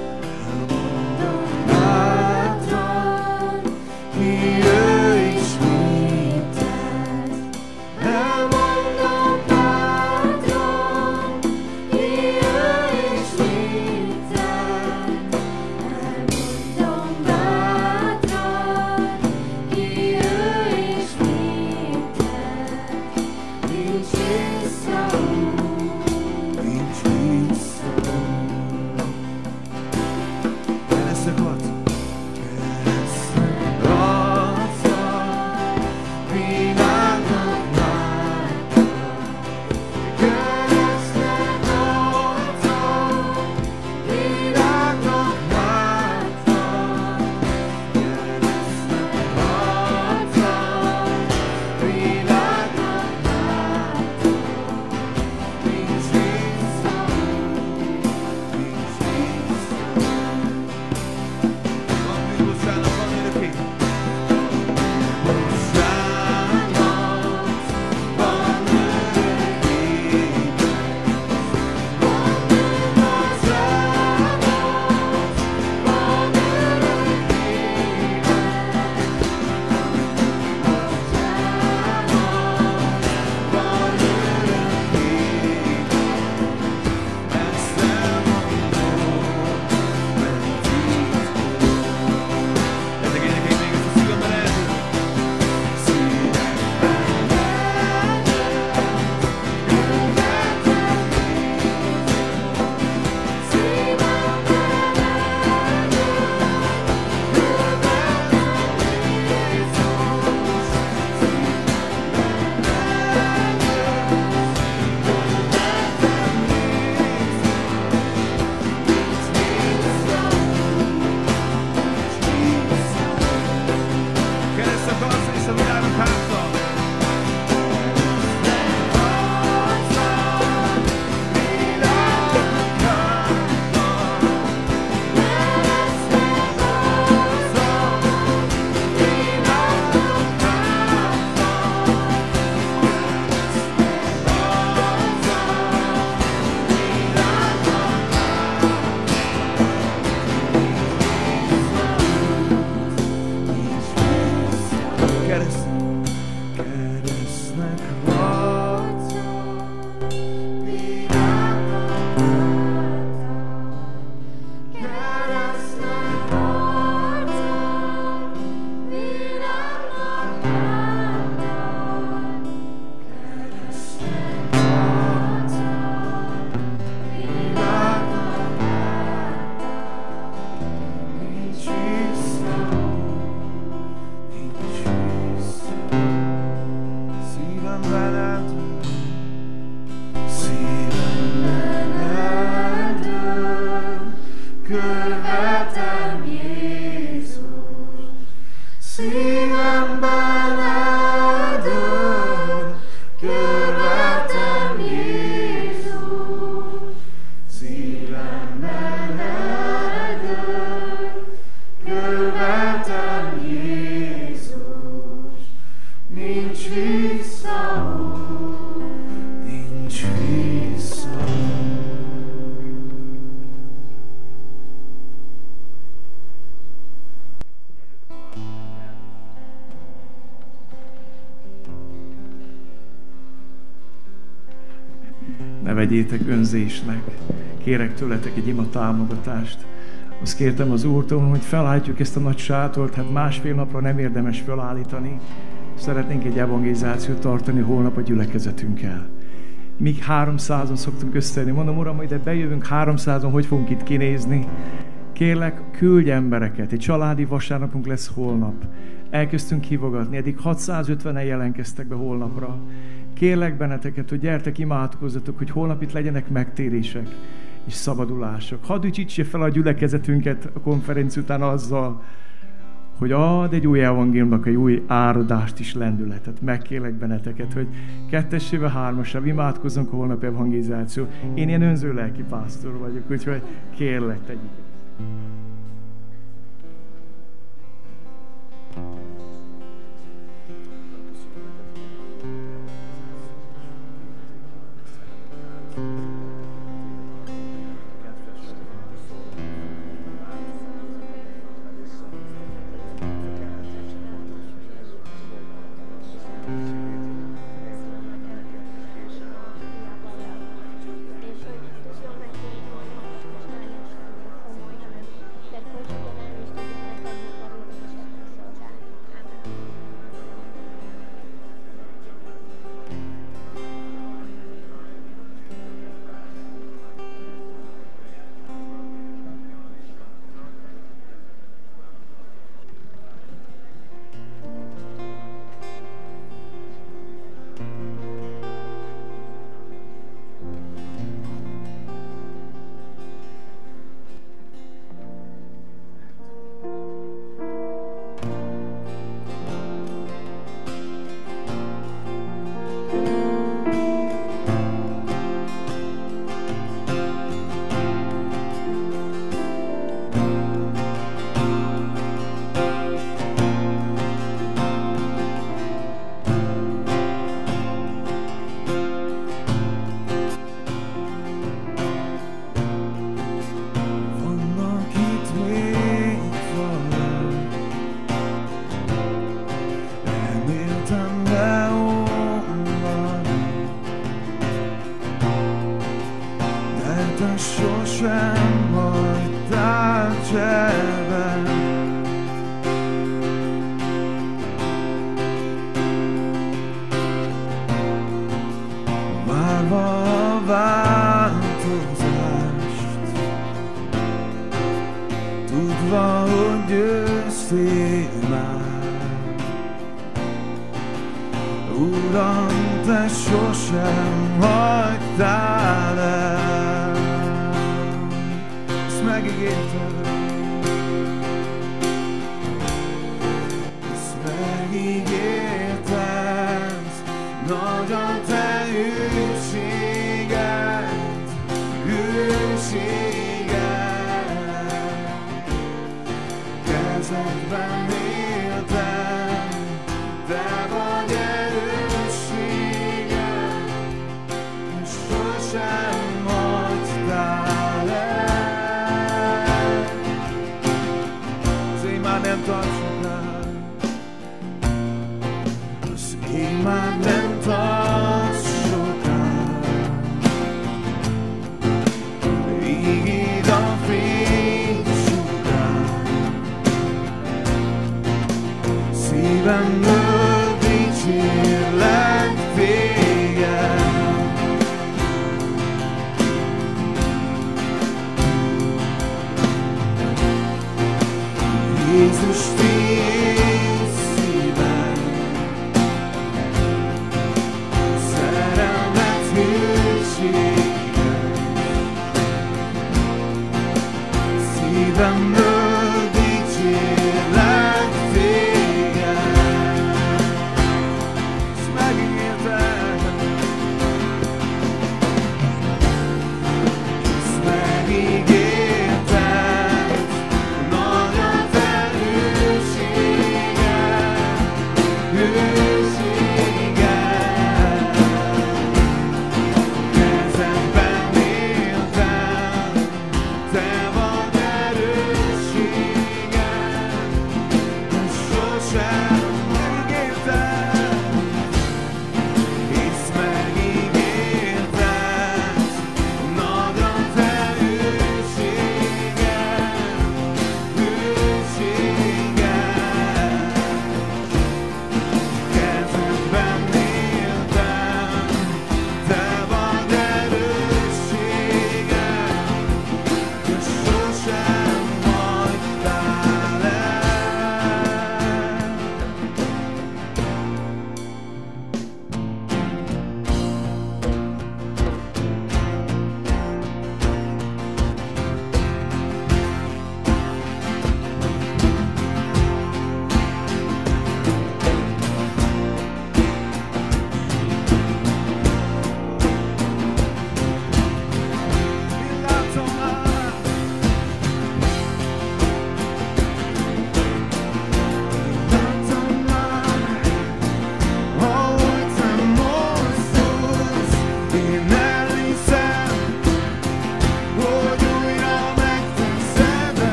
Bátran, ki ő is mit tett. Elmondom bátran, ki ő is mit tett. Elmondom bátran, ki ő is mit tett. Nincs visszaút, nincs visszaút. Keresztek arca, keresztek arca, világnak látta. Keresztek arca, világnak látta. Keresztek arca, világnak látta. Nincs visszaút, nincs visszaút. Van még bocsánat, van örökké. Bocsánat, van örökké. Keresztek arca és a világnak hátra. Keresztnek arca, keresztnek arca, világnak látta. Keresztnek arca, világnak látta. nincs visszaút, nincs visszaút. Szívemben eldönt, szívemben eldönt, követem Jézus. Szívemben eldönt, követem Jézus. Szívemben eldönt, követem Jézus. Nincs visszaút, nincs visszaút. Ne vegyétek önzésnek. Kérek tőletek egy ima támogatást. Azt kértem az Úrtól, hogy felállítjuk ezt a nagy sátort, hát másfél napra nem érdemes felállítani. Szeretnénk egy evangelizációt tartani holnap a gyülekezetünkkel. Míg 300-on szoktunk összejönni. Mondom, Uram, ide bejövünk 300-on, hogy fogunk itt kinézni? Kérlek, küldj embereket. Egy családi vasárnapunk lesz holnap. Elkezdtünk hívogatni, eddig 650-en jelentkeztek be holnapra. Kérlek benneteket, hogy gyertek, imádkozzatok, hogy holnap itt legyenek megtérések és szabadulások. Hadd ügyítse fel a gyülekezetünket a konferencia után azzal, hogy ad egy új evangéliumnak egy új áradást is, lendületet. Megkérlek benneteket, hogy 2-esével, 3-asra imádkozzunk a holnap evangelizáció. Én ilyen önző lelki pásztor vagyok, úgyhogy kérlek, tegyük. Sosem hagytál cserben. Várva a változást, tudva, hogy győztél már. Uram, te sosem hagytál el. Megígérted, ezt megígérted, nagy a te hűséged, kezedben éltem, te vagy erősséged, és sosem hagytál el. Nem tart soká, az ég már nem tart soká. Ígéd a fénysugár, szívemből dicsérlek téged. Jézus, tiéd szívem, szerelmet, hűséget, szívemből dicsérlek téged. S megígérted, s megígérted, nagy a te kezedben éltem, te vagy erős.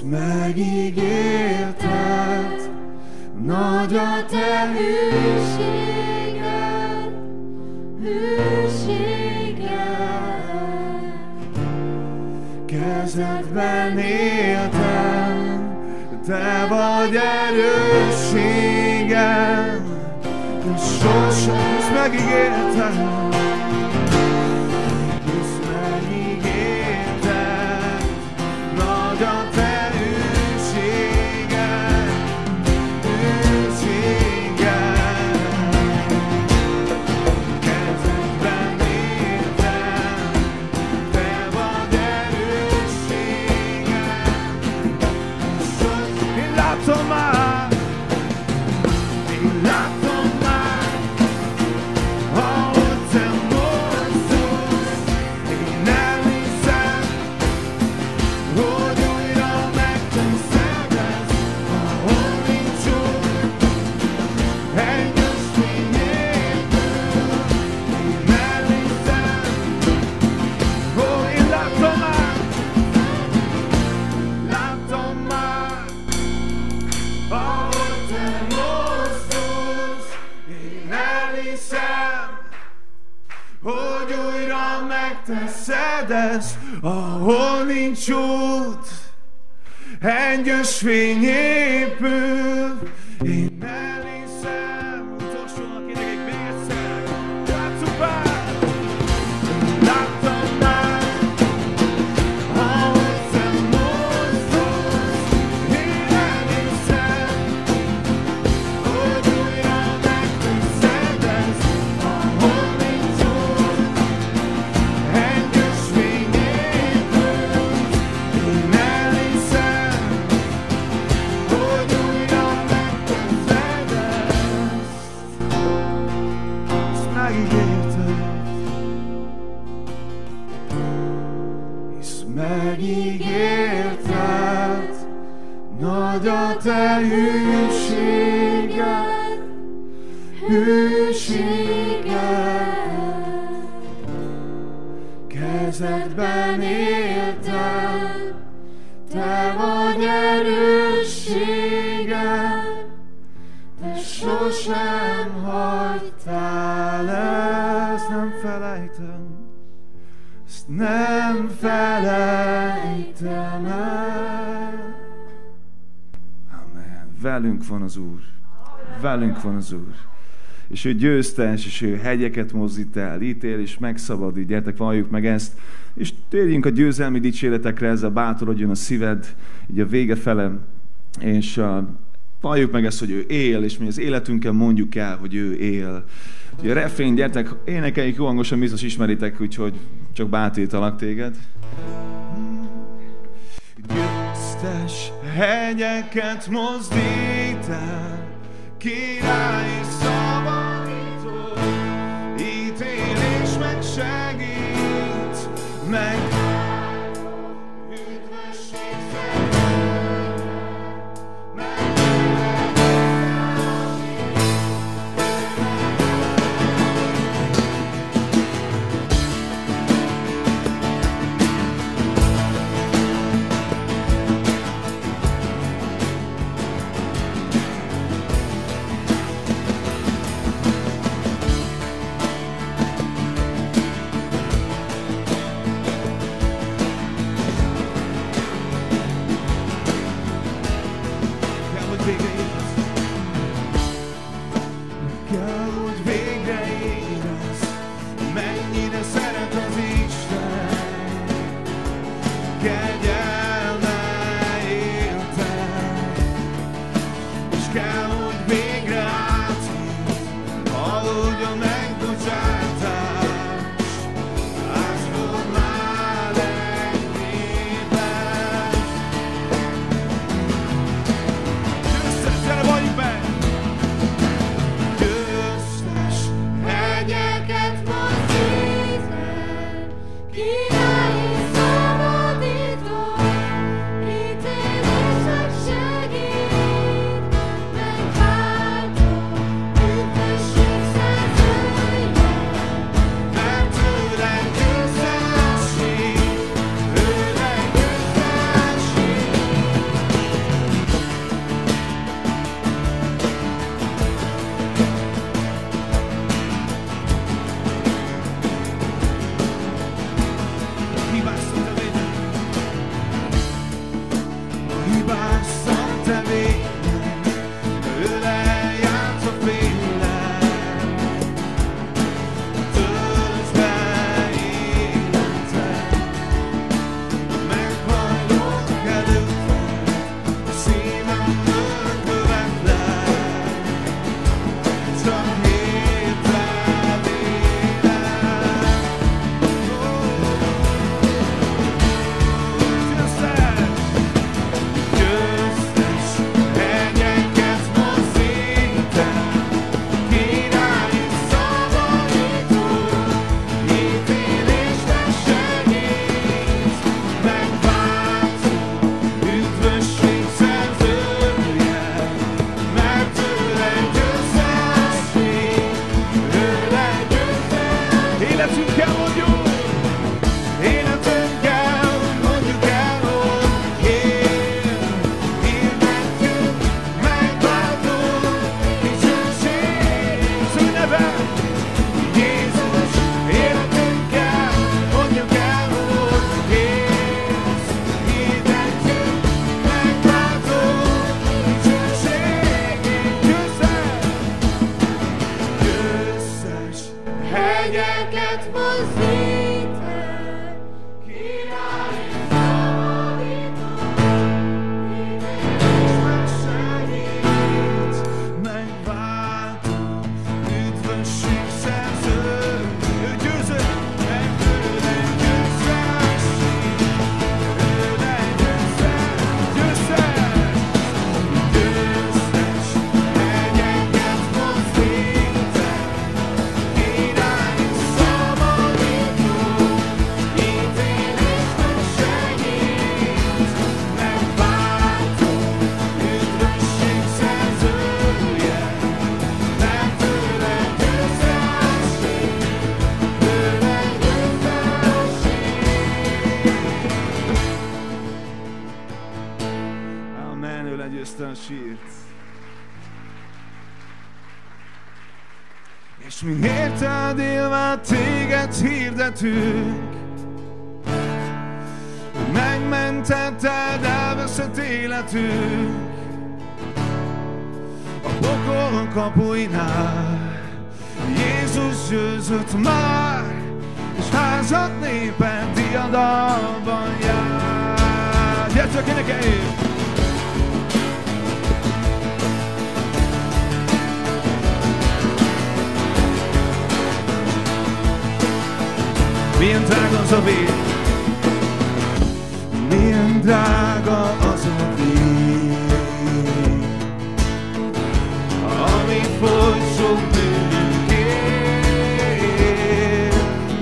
megígérted, nagy a te hűséged, hűséged. Kezedben éltem, te vagy erősségem, de sosem ezt megígérted. Ezt, ahol nincs út, hengyös fény épül. Én elhiszem, utolsónak idegig még egyszer. Játsszuk már! Láttam már, ahogy te mozdulsz. Én elhiszem, hogy újra megteszed ezt, ahol nincs út, hengyös fény épül. Én elhiszem, hogy újra megteszed ezt megígérted, hisz megígérted, nagy a te hűséged, hűséged. Kezedben éltem, te vagy erősségem, te sosem hagytál el. Ezt nem felejtem, ezt nem felejtem el. Amen. Velünk van az Úr. Velünk van az Úr. És ő győztes, és ő hegyeket mozdít el, ítél és megszabadít. Gyertek, valljuk meg ezt, és térjünk a győzelmi dicséretekre, ezzel bátorodjon a szíved, így a vége fele, és valljuk meg ezt, hogy ő él, és mi az életünkkel mondjuk el, hogy ő él. Úgyhogy a refrén, gyertek, énekeljük jó hangosan, biztos ismeritek, úgyhogy csak bátorítalak téged. Győztes hegyeket mozdít el, király és szabadító, ítél és megsegít, meg üdvösség szemben, hibásan te védnek, ő lejátsz a félelem. Töltsd be életet, meghajlok előtted, a szívemből követlek, csak érted élek. Győztes hegyeket mozdítem, királyi szabadító, ítélésben segít, megváltó, üdvösség szerzője, mert tőle győztesség, tőle győztesség. Életünkkel mondjuk, életünkkel mondjuk el, hogy hirdetjük, megváltó, dicsőség, az ő neve. Jézus, életünkkel mondjuk el, hogy hirdetjük, megváltó, dicsőség, győztes hegyeket mozdít el, királyi szabadító, ítélésben segít, megváltó, üdvösség szerző. Ő győzött, meg tőle győztesség, tőle győztes, győztes hegyeket mozdít el, királyi szabadító, ítélésben segít, megváltó, üdvösség szerzője, mert tőle győztesség, tőle győztesség. Amen, ő legyőzte a sírt. És mi érted élve téged hirdetünk, hogy megmentetted elveszett életünk. A pokol kapuinál Jézus győzött már, és házat néped diadalban jár. Gyertek, énekeljük! Milyen drága az a vér, milyen drága az a vér, amit folyt sok bűnünkért,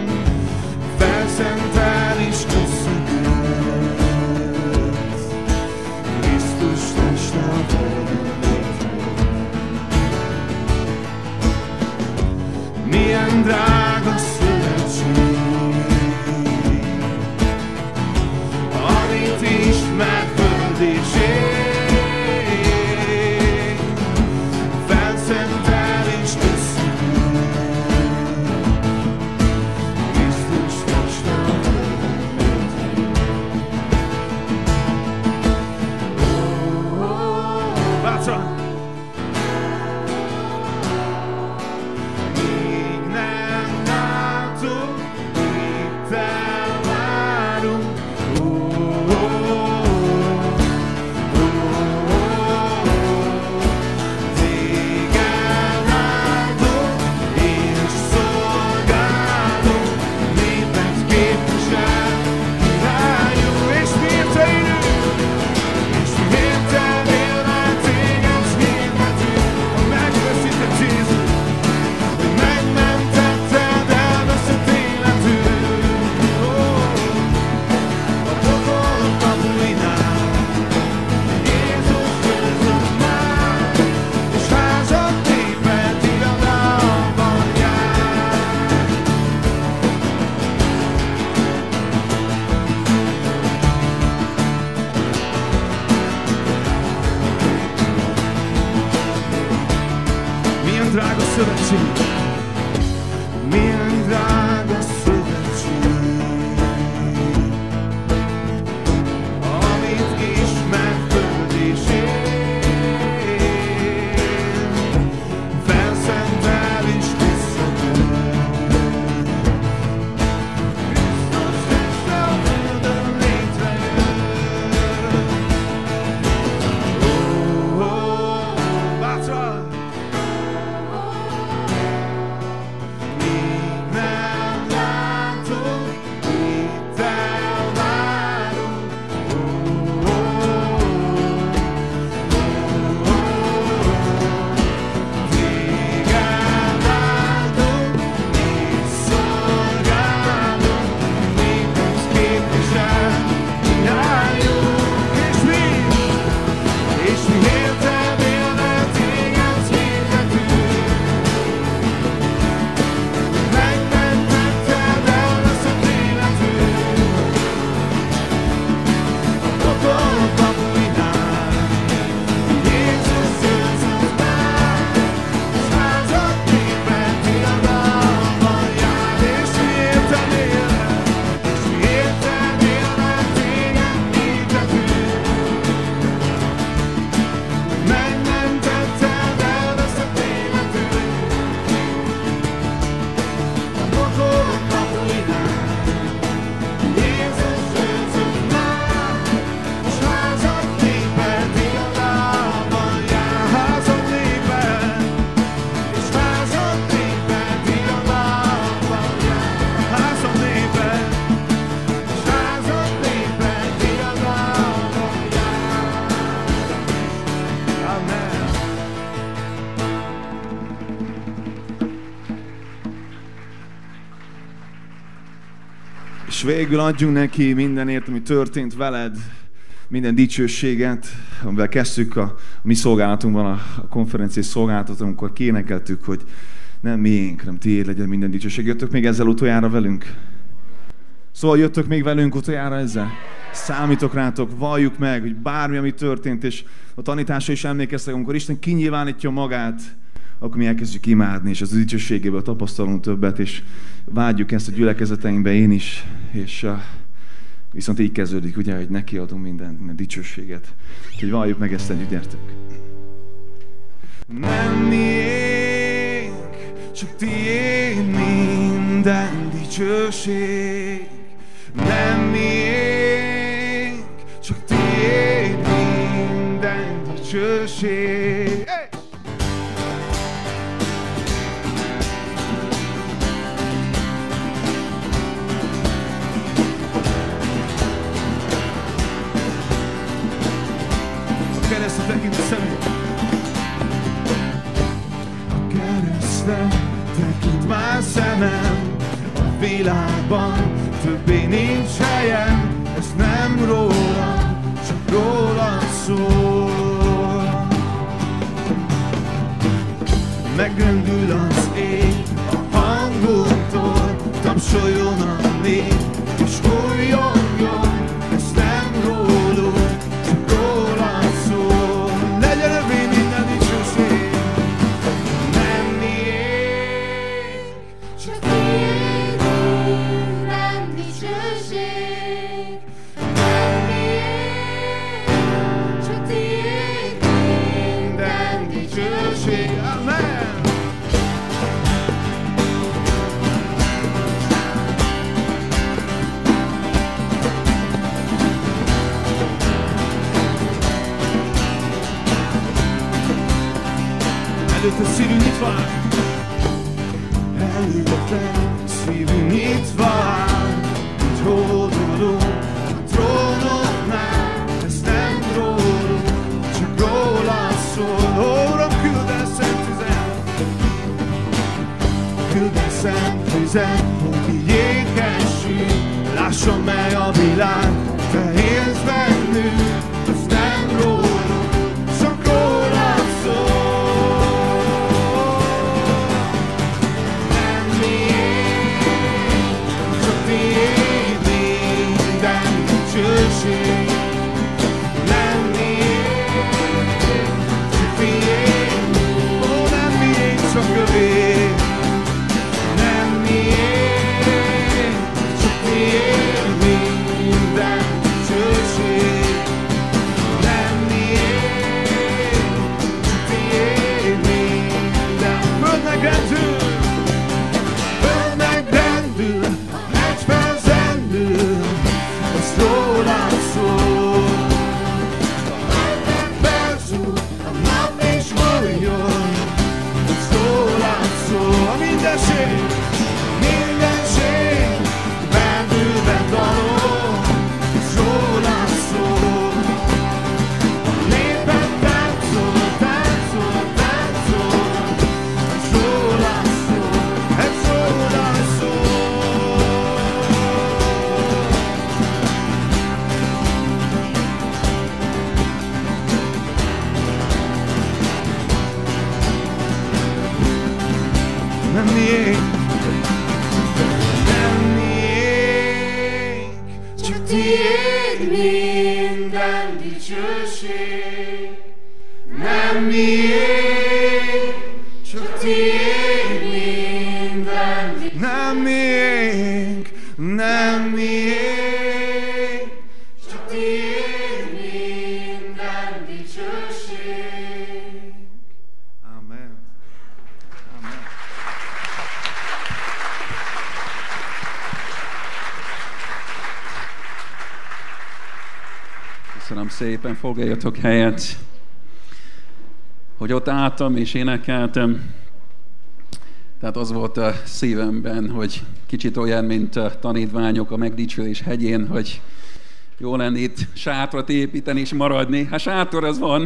felszentel és köszönhet Krisztus teste a milyen drága szövetség, amit ismert föld és ég, felszentel és köszönhet Krisztus teste a földön. Bátra! Míg nem látunk, itt elvárunk. Téged áldunk és szolgálunk, népet képvisel, királyunk, és miért te élünk, és miért te élve téged hirdetünk, a megveszített Jézus, hogy megmentetted elveszett életünk. A pokol kapuinál Jézus győzött már, és házat néped diadalban jár. Milyen drága szövetség, milyen drága szövetség, amit ismert föld És végül adjunk neki mindenért, ami történt veled, minden dicsőséget, amivel kezdtük a mi szolgálatunkban, a konferenciás szolgálatot, amikor kiénekeltük, hogy nem miénk, hanem tiéd legyen minden dicsőség. Jöttök még ezzel utoljára velünk? Szóval jöttök még velünk utoljára ezzel? Számítok rátok, valljuk meg, hogy bármi, ami történt, és a tanításra is emlékeztek, amikor Isten kinyilvánítja magát, akkor mi elkezdjük imádni, és az dicsőségéből tapasztalunk többet, és vágyjuk ezt a gyülekezeteinkbe én is, és viszont így kezdődik, ugye, hogy neki adunk minden dicsőséget. Úgyhogy valljuk meg ezt együtt, gyertek! Nem miénk, csak tiéd minden dicsőség. Nem miénk, csak tiéd minden dicsőség. Hey! A keresztre tekint a szemét. A keresztre tekint már szemem. A világban többé nincs helyem. Ez nem rólam, csak rólad szól. Megrendül az ég a hangultól, tapsoljon a nép, és újjongjon. Ez nem rólunk, csak rólad szól. Legyen övé minden dicsőség. Nem miénk, Csak tiéd minden dicsőség. Nem miénk, csak tiéd minden dicsőség. Amen! Előtte szívünk nyitva áll. Előtte szívünk nyitva áll. Úgy hódolunk a trónodnál. Ez nem rólunk, csak rólad szól. Ó, Uram, küld el szent tüzet. Küld el szent tüzet, hogy így ékessünk. Lássam meg a világ, te élsz bennünk. Ez nem rólunk, csak rólad szól. Nem miénk, csak tiéd minden dicsőség. Nem miénk, csak tiéd. Ó, nem miénk, csak övé. Nem miénk, csak tiéd minden dicsőség. Nem miénk, csak tiéd minden. Földnek rendül, földnek rendül, a mennyben zendül, ez rólad szól. A mennyben felzúg, a nap is múljon, ez rólad szól. A mindenség, mindenség, bennülben dalol, ez rólad szól. A népek táncol, táncol, táncol, ez rólad szól, ez rólad szól. Nem miénk, nem miénk, csak Tiéd minden dicsőség. nem miénk, Csak tiéd minden dicsőség. nem miénk, nem miénk. Csak tiéd minden dicsőség. Amen. Amen. Köszönöm szépen, foglaljatok helyet. Hogy ott álltam és énekeltem, tehát az volt a szívemben, hogy kicsit olyan, mint a tanítványok a megdicsülés hegyén, hogy jó lenne itt sátrat építeni és maradni. Hát sátor az van.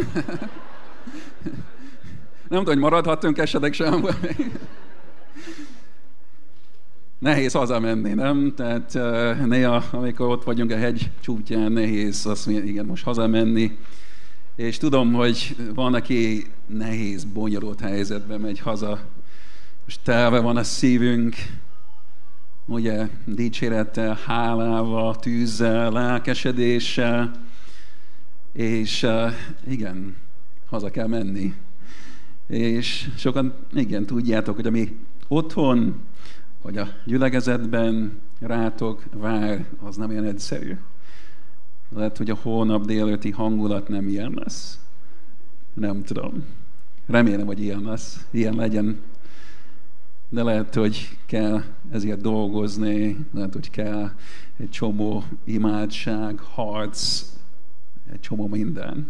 Nem tudom, hogy maradhatunk esetleg sem. nehéz hazamenni, nem? Tehát néha, amikor ott vagyunk a hegy csúcsán, nehéz azt mondani, igen, most hazamenni. És tudom, hogy van, aki nehéz, bonyolult helyzetben megy haza. Most telve van a szívünk, ugye, dicsérettel, hálával, tűzzel, lelkesedéssel, és igen, haza kell menni. És sokan, igen, tudjátok, hogy ami otthon, vagy a gyülekezetben rátok vár, az nem olyan egyszerű. Lehet, hogy a holnap délelőtti hangulat nem ilyen lesz. Nem tudom. Remélem, hogy ilyen lesz. Ilyen legyen. De lehet, hogy kell ezért dolgozni, lehet, hogy kell egy csomó imádság, harc, egy csomó minden.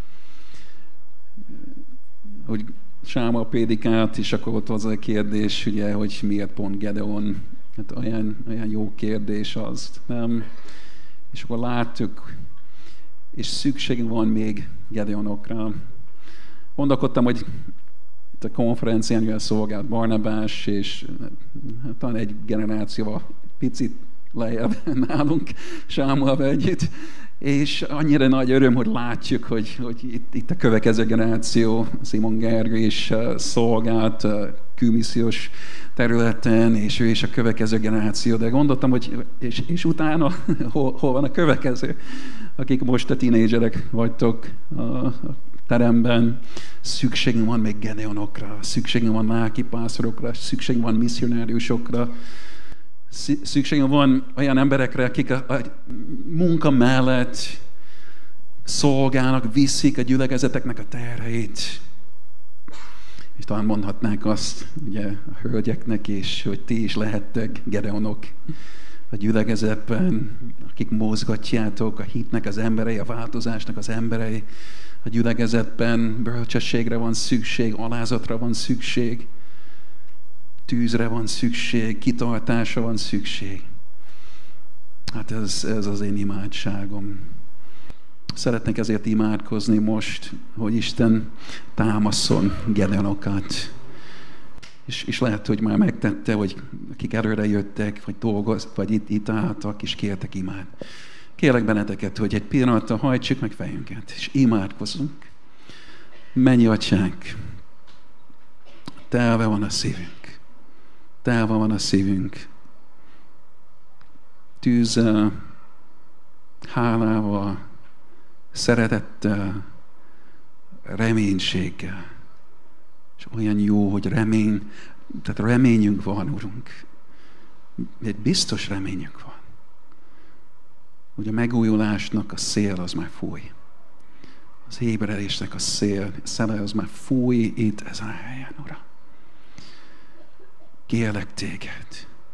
Hogy Sámuel prédikált, és akkor ott az a kérdés, ugye, hogy miért pont Gedeon. Hát olyan jó kérdés az, nem? És akkor láttuk, és szükségünk van még Gedeonokra. Gondolkodtam, hogy itt a konferencián jön szolgált Barnabás, és hát, talán egy generációval picit lejjebb nálunk Sámuelvel együtt. És annyira nagy öröm, hogy látjuk, hogy itt a következő generáció, Simon Gergő is szolgált külmissziós területen, és ő is a következő generáció. De gondoltam, hogy és utána hol van a következő, akik most a tínédzserek vagytok a teremben. Szükségünk van még Gedeonokra, szükségünk van lelkipásztorokra, szükségünk van misszionáriusokra, szükségünk van olyan emberekre, akik a munka mellett szolgálnak, viszik a gyülekezeteknek a terheit. És talán mondhatnánk azt ugye, a hölgyeknek is, hogy ti is lehettek Gedeonok a gyülekezetben, akik mozgatjátok a hitnek az emberei, a változásnak az emberei. A gyülekezetben bölcsességre van szükség, alázatra van szükség, tűzre van szükség, kitartásra van szükség. Hát ez az én imádságom. Szeretnék ezért imádkozni most, hogy Isten támaszol Gedeonokat. És lehet, hogy már megtette, hogy akik előre jöttek, vagy itt álltak, és kértek imád. Kérlek benneteket, hogy egy pillanatra hajtsuk meg fejünket, és imádkozunk. Mennyi Atyánk, telve van a szívünk. Telve van a szívünk. Tűzzel, hálával, szeretettel, reménységgel. És olyan jó, hogy tehát reményünk van, Urunk. Egy biztos reményünk van. Hogy a megújulásnak a szél az már fúj. Az ébredésnek a szele az már fúj itt ezen a helyen, Uram. Kérlek téged,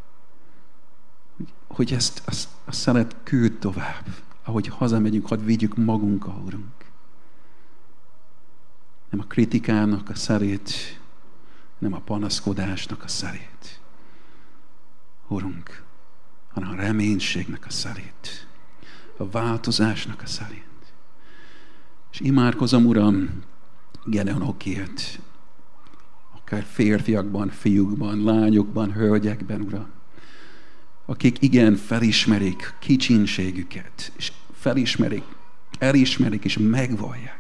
hogy ezt a szelet küld tovább. Ahogy hazamegyünk, hadd vigyük magunkkal, Urunk. Nem a kritikának a szelét, nem a panaszkodásnak a szelét, Urunk, hanem a reménységnek a szelét, a változásnak a szelét. És imádkozom, Uram, Gedeonokért, akár férfiakban, fiúkban, lányokban, hölgyekben, Uram, akik igen felismerik kicsinségüket, és elismerik és megvallják.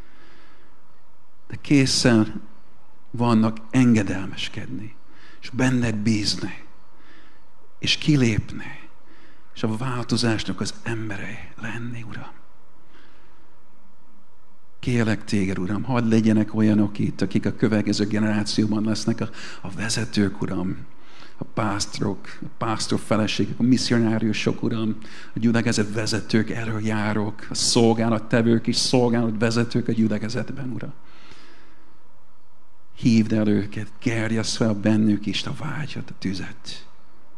De készen vannak engedelmeskedni, és benned bízni, és kilépni, és a változásnak az emberei lenni, Uram. Kérlek téged, Uram, hadd legyenek olyanok itt, akik a következő generációban lesznek a vezetők, Uram, a pásztorok, a pásztor feleségek, a misszionáriusok, Uram, a gyülekezet vezetők, erőjárok, a szolgálattevők és szolgálatvezetők a gyülekezetben, Uram. Hívd el őket, gerjesz fel bennük is a vágyat, a tüzet.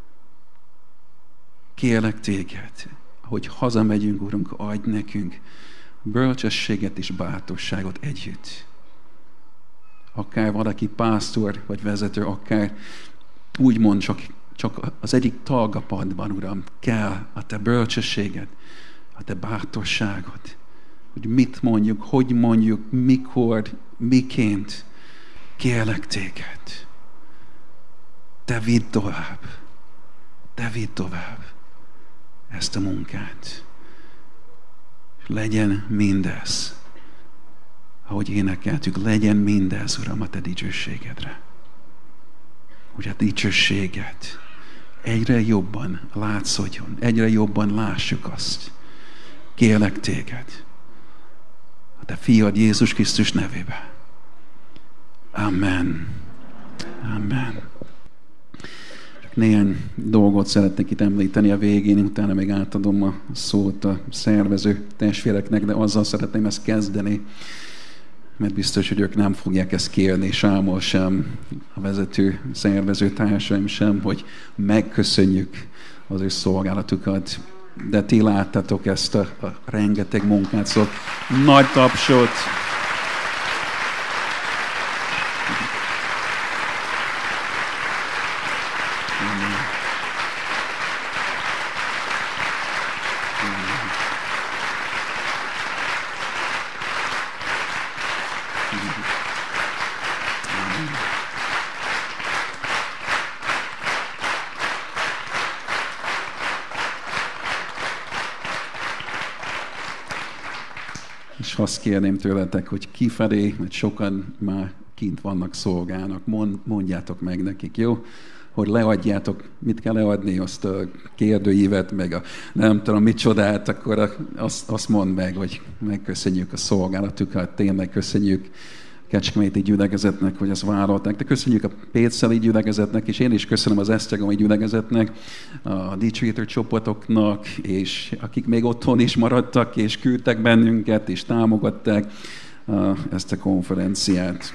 Kérlek téged, hogy hazamegyünk, Urunk, adj nekünk bölcsességet és bátorságot együtt. Akár valaki pásztor vagy vezető, akár úgymond csak az egyik tag a padban, Uram, kell a te bölcsességed, a te bátorságod, hogy mit mondjuk, hogy mondjuk, mikor, miként. Kérlek téged, te vidd tovább. Te vidd tovább ezt a munkát. Legyen mindez, ahogy énekeltük, legyen mindez, Uram, a Te dicsőségedre. Hogy a dicsőséged egyre jobban látszódjon, egyre jobban lássuk azt. Kérlek Téged, a Te fiad Jézus Krisztus nevében. Amen. Amen. Csak néhány dolgot szeretnék itt említeni a végén, utána még átadom a szót a szervező testvéreknek, de azzal szeretném ezt kezdeni, mert biztos, hogy ők nem fogják ezt kérni, Sámol sem, a vezető szervező társaim sem, hogy megköszönjük az ő szolgálatukat. De ti láttatok ezt a rengeteg munkát, szóval nagy tapsot. És azt kérném tőletek, hogy kifelé, mert sokan már kint vannak, szolgálnak, mondjátok meg nekik, jó? Hogy leadjátok, mit kell leadni, azt a kérdőívet, meg a nem tudom mit csodát, akkor azt mondd meg, hogy megköszönjük a szolgálatukat, tényleg köszönjük Kecskeméti gyülekezetnek, hogy ezt vállalták. De köszönjük a Péceli gyülekezetnek, és én is köszönöm az esztergomi gyülekezetnek, a dicsőítő csoportoknak, és akik még otthon is maradtak, és küldtek bennünket, és támogatták ezt a konferenciát.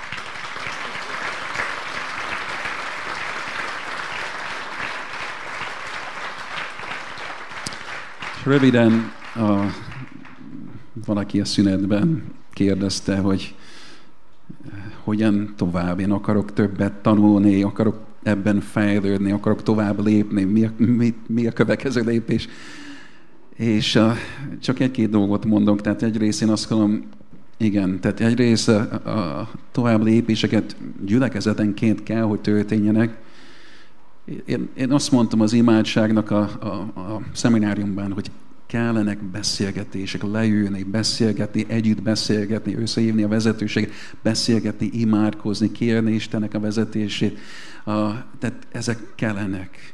Röviden valaki a szünetben kérdezte, hogy hogyan tovább. Én akarok többet tanulni, akarok ebben fejlődni, akarok tovább lépni. Mi a következő lépés? És csak egy-két dolgot mondok. Tehát egyrészt én azt mondom, igen, tehát egyrészt a tovább lépéseket gyülekezetenként kell, hogy történjenek. Én azt mondtam az imádságnak a szemináriumban, hogy kellenek beszélgetések, leülni, beszélgetni, együtt beszélgetni, összehívni a vezetőséget, beszélgetni, imádkozni, kérni Istennek a vezetését. Tehát ezek kellenek.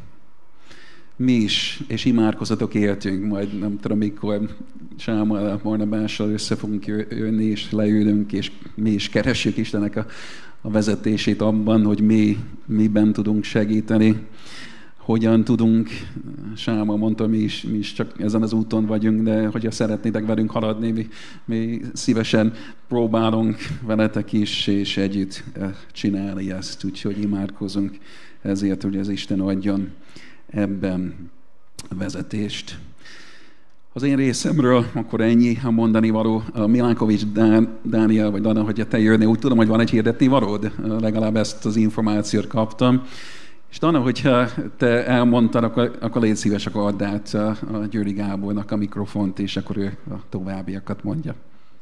Mi is, és imádkozatok értünk, majd nem tudom mikor Sámuel Barnabással össze fogunk jönni, és leülünk, és mi is keressük Istennek a vezetését abban, hogy miben tudunk segíteni. Hogyan tudunk, Sáma mondta, mi is csak ezen az úton vagyunk, de hogyha szeretnétek velünk haladni, mi szívesen próbálunk veletek is, és együtt csinálni ezt. Úgyhogy imádkozunk ezért, hogy az Isten adjon ebben vezetést. Az én részemről akkor ennyi a mondani való. Milánkovics Dániel, vagy Dana, hogyha te jönnél, úgy tudom, hogy van egy hirdetni valód, legalább ezt az információt kaptam. És Dana, hogyha te elmondtad, akkor légy szíves, akkor add át a Győri Gábornak a mikrofont, és akkor ő a továbbiakat mondja.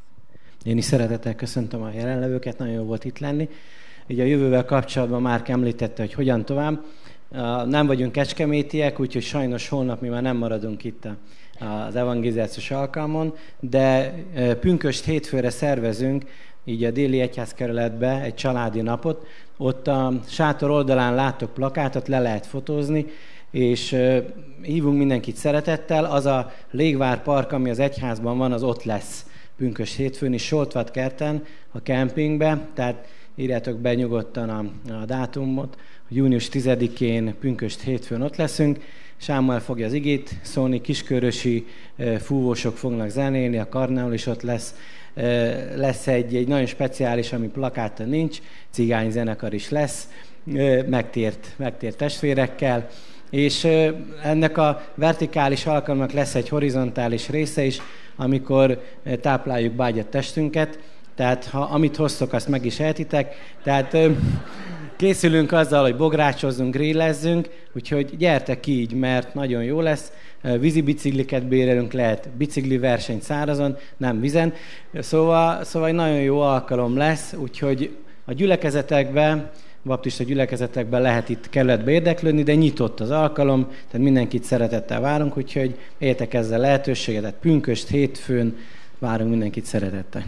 Én is szeretettel köszöntöm a jelenlevőket, nagyon jó volt itt lenni. Így a jövővel kapcsolatban Márk említette, hogy hogyan tovább. Nem vagyunk kecskemétiek, úgyhogy sajnos holnap mi már nem maradunk itt az evangelizációs alkalmon, de pünkösd hétfőre szervezünk így a déli egyházkerületbe egy családi napot. Ott a sátor oldalán láttok plakátot, le lehet fotózni, és hívunk mindenkit szeretettel. Az a légvár park, ami az egyházban van, az ott lesz pünkösd hétfőn is, Soltvat-kerten, a kempingbe, tehát írjátok be nyugodtan a dátumot, hogy június 10-én pünkösd hétfőn ott leszünk. Sámuel fogja az igét szólni, kiskörösi fúvósok fognak zenélni, a Karneol is ott lesz. Lesz egy nagyon speciális, ami plakáta nincs, cigány zenekar is lesz, megtért testvérekkel, és ennek a vertikális alkalomnak lesz egy horizontális része is, amikor tápláljuk bágyat testünket, tehát amit hoztok, azt meg is ehetitek, tehát készülünk azzal, hogy bográcsozzunk, grillezzünk, úgyhogy gyertek így, mert nagyon jó lesz. Vízi bicikliket bérelünk, lehet bicikli verseny szárazon, nem vizen. Szóval egy nagyon jó alkalom lesz, úgyhogy a gyülekezetekben baptista gyülekezetekben lehet itt kerületbe érdeklődni, de nyitott az alkalom, tehát mindenkit szeretettel várunk, úgyhogy éljetek ezzel lehetőséget, tehát pünkösd, hétfőn várunk mindenkit szeretettel.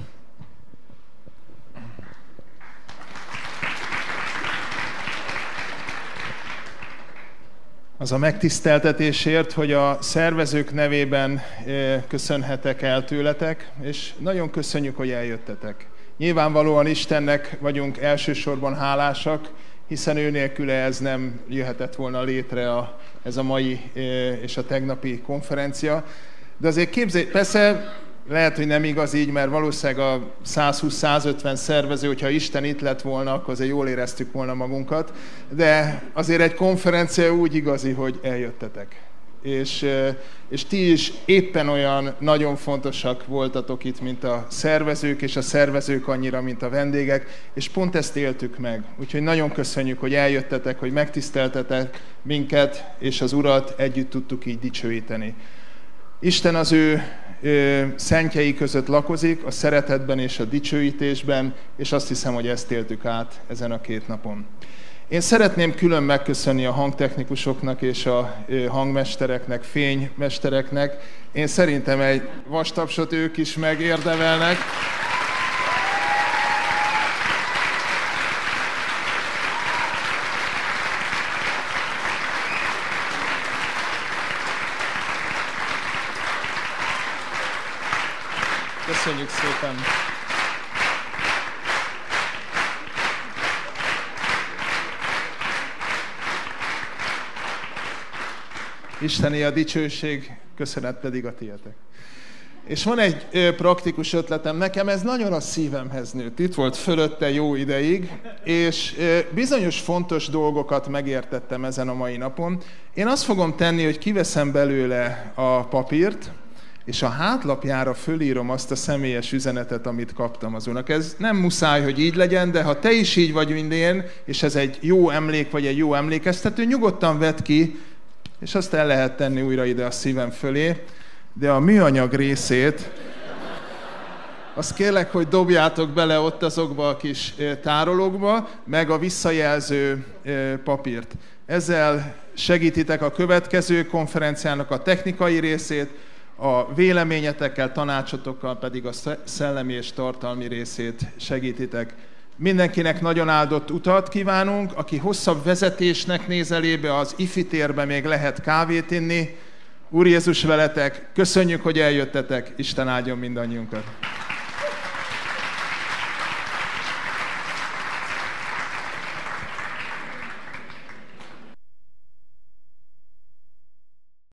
Az a megtiszteltetésért, hogy a szervezők nevében köszönhetek el tőletek, és nagyon köszönjük, hogy eljöttetek. Nyilvánvalóan Istennek vagyunk elsősorban hálásak, hiszen ő nélküle ez nem jöhetett volna létre ez a mai és a tegnapi konferencia. De azért képzeljük, persze lehet, hogy nem igaz így, mert valószínűleg a 120-150 szervező, hogyha Isten itt lett volna, akkor azért jól éreztük volna magunkat, de azért egy konferencia úgy igazi, hogy eljöttetek. És ti is éppen olyan nagyon fontosak voltatok itt, mint a szervezők, és a szervezők annyira, mint a vendégek, és pont ezt éltük meg. Úgyhogy nagyon köszönjük, hogy eljöttetek, hogy megtiszteltetek minket, és az Urat együtt tudtuk így dicsőíteni. Isten az ő szentjei között lakozik, a szeretetben és a dicsőítésben, és azt hiszem, hogy ezt éltük át ezen a 2 napon. Én szeretném külön megköszönni a hangtechnikusoknak és a hangmestereknek, fénymestereknek. Én szerintem egy vastapsot ők is megérdemelnek. Köszönjük szépen! Isteni a dicsőség, köszönet pedig a tiétek. És van egy praktikus ötletem, nekem ez nagyon a szívemhez nőtt. Itt volt fölötte jó ideig, és bizonyos fontos dolgokat megértettem ezen a mai napon. Én azt fogom tenni, hogy kiveszem belőle a papírt, és a hátlapjára fölírom azt a személyes üzenetet, amit kaptam az Úrnak. Ez nem muszáj, hogy így legyen, de ha te is így vagy, mint én, és ez egy jó emlék, vagy egy jó emlékeztető, nyugodtan vedd ki, és azt el lehet tenni újra ide a szívem fölé, de a műanyag részét, azt kérlek, hogy dobjátok bele ott azokba a kis tárolókba, meg a visszajelző papírt. Ezzel segítitek a következő konferenciának a technikai részét, a véleményetekkel, tanácsotokkal pedig a szellemi és tartalmi részét segítitek. Mindenkinek nagyon áldott utat kívánunk, aki hosszabb vezetésnek néz elébe, az ifi térben még lehet kávét inni. Úr Jézus veletek, köszönjük, hogy eljöttetek, Isten áldjon mindannyiunkat!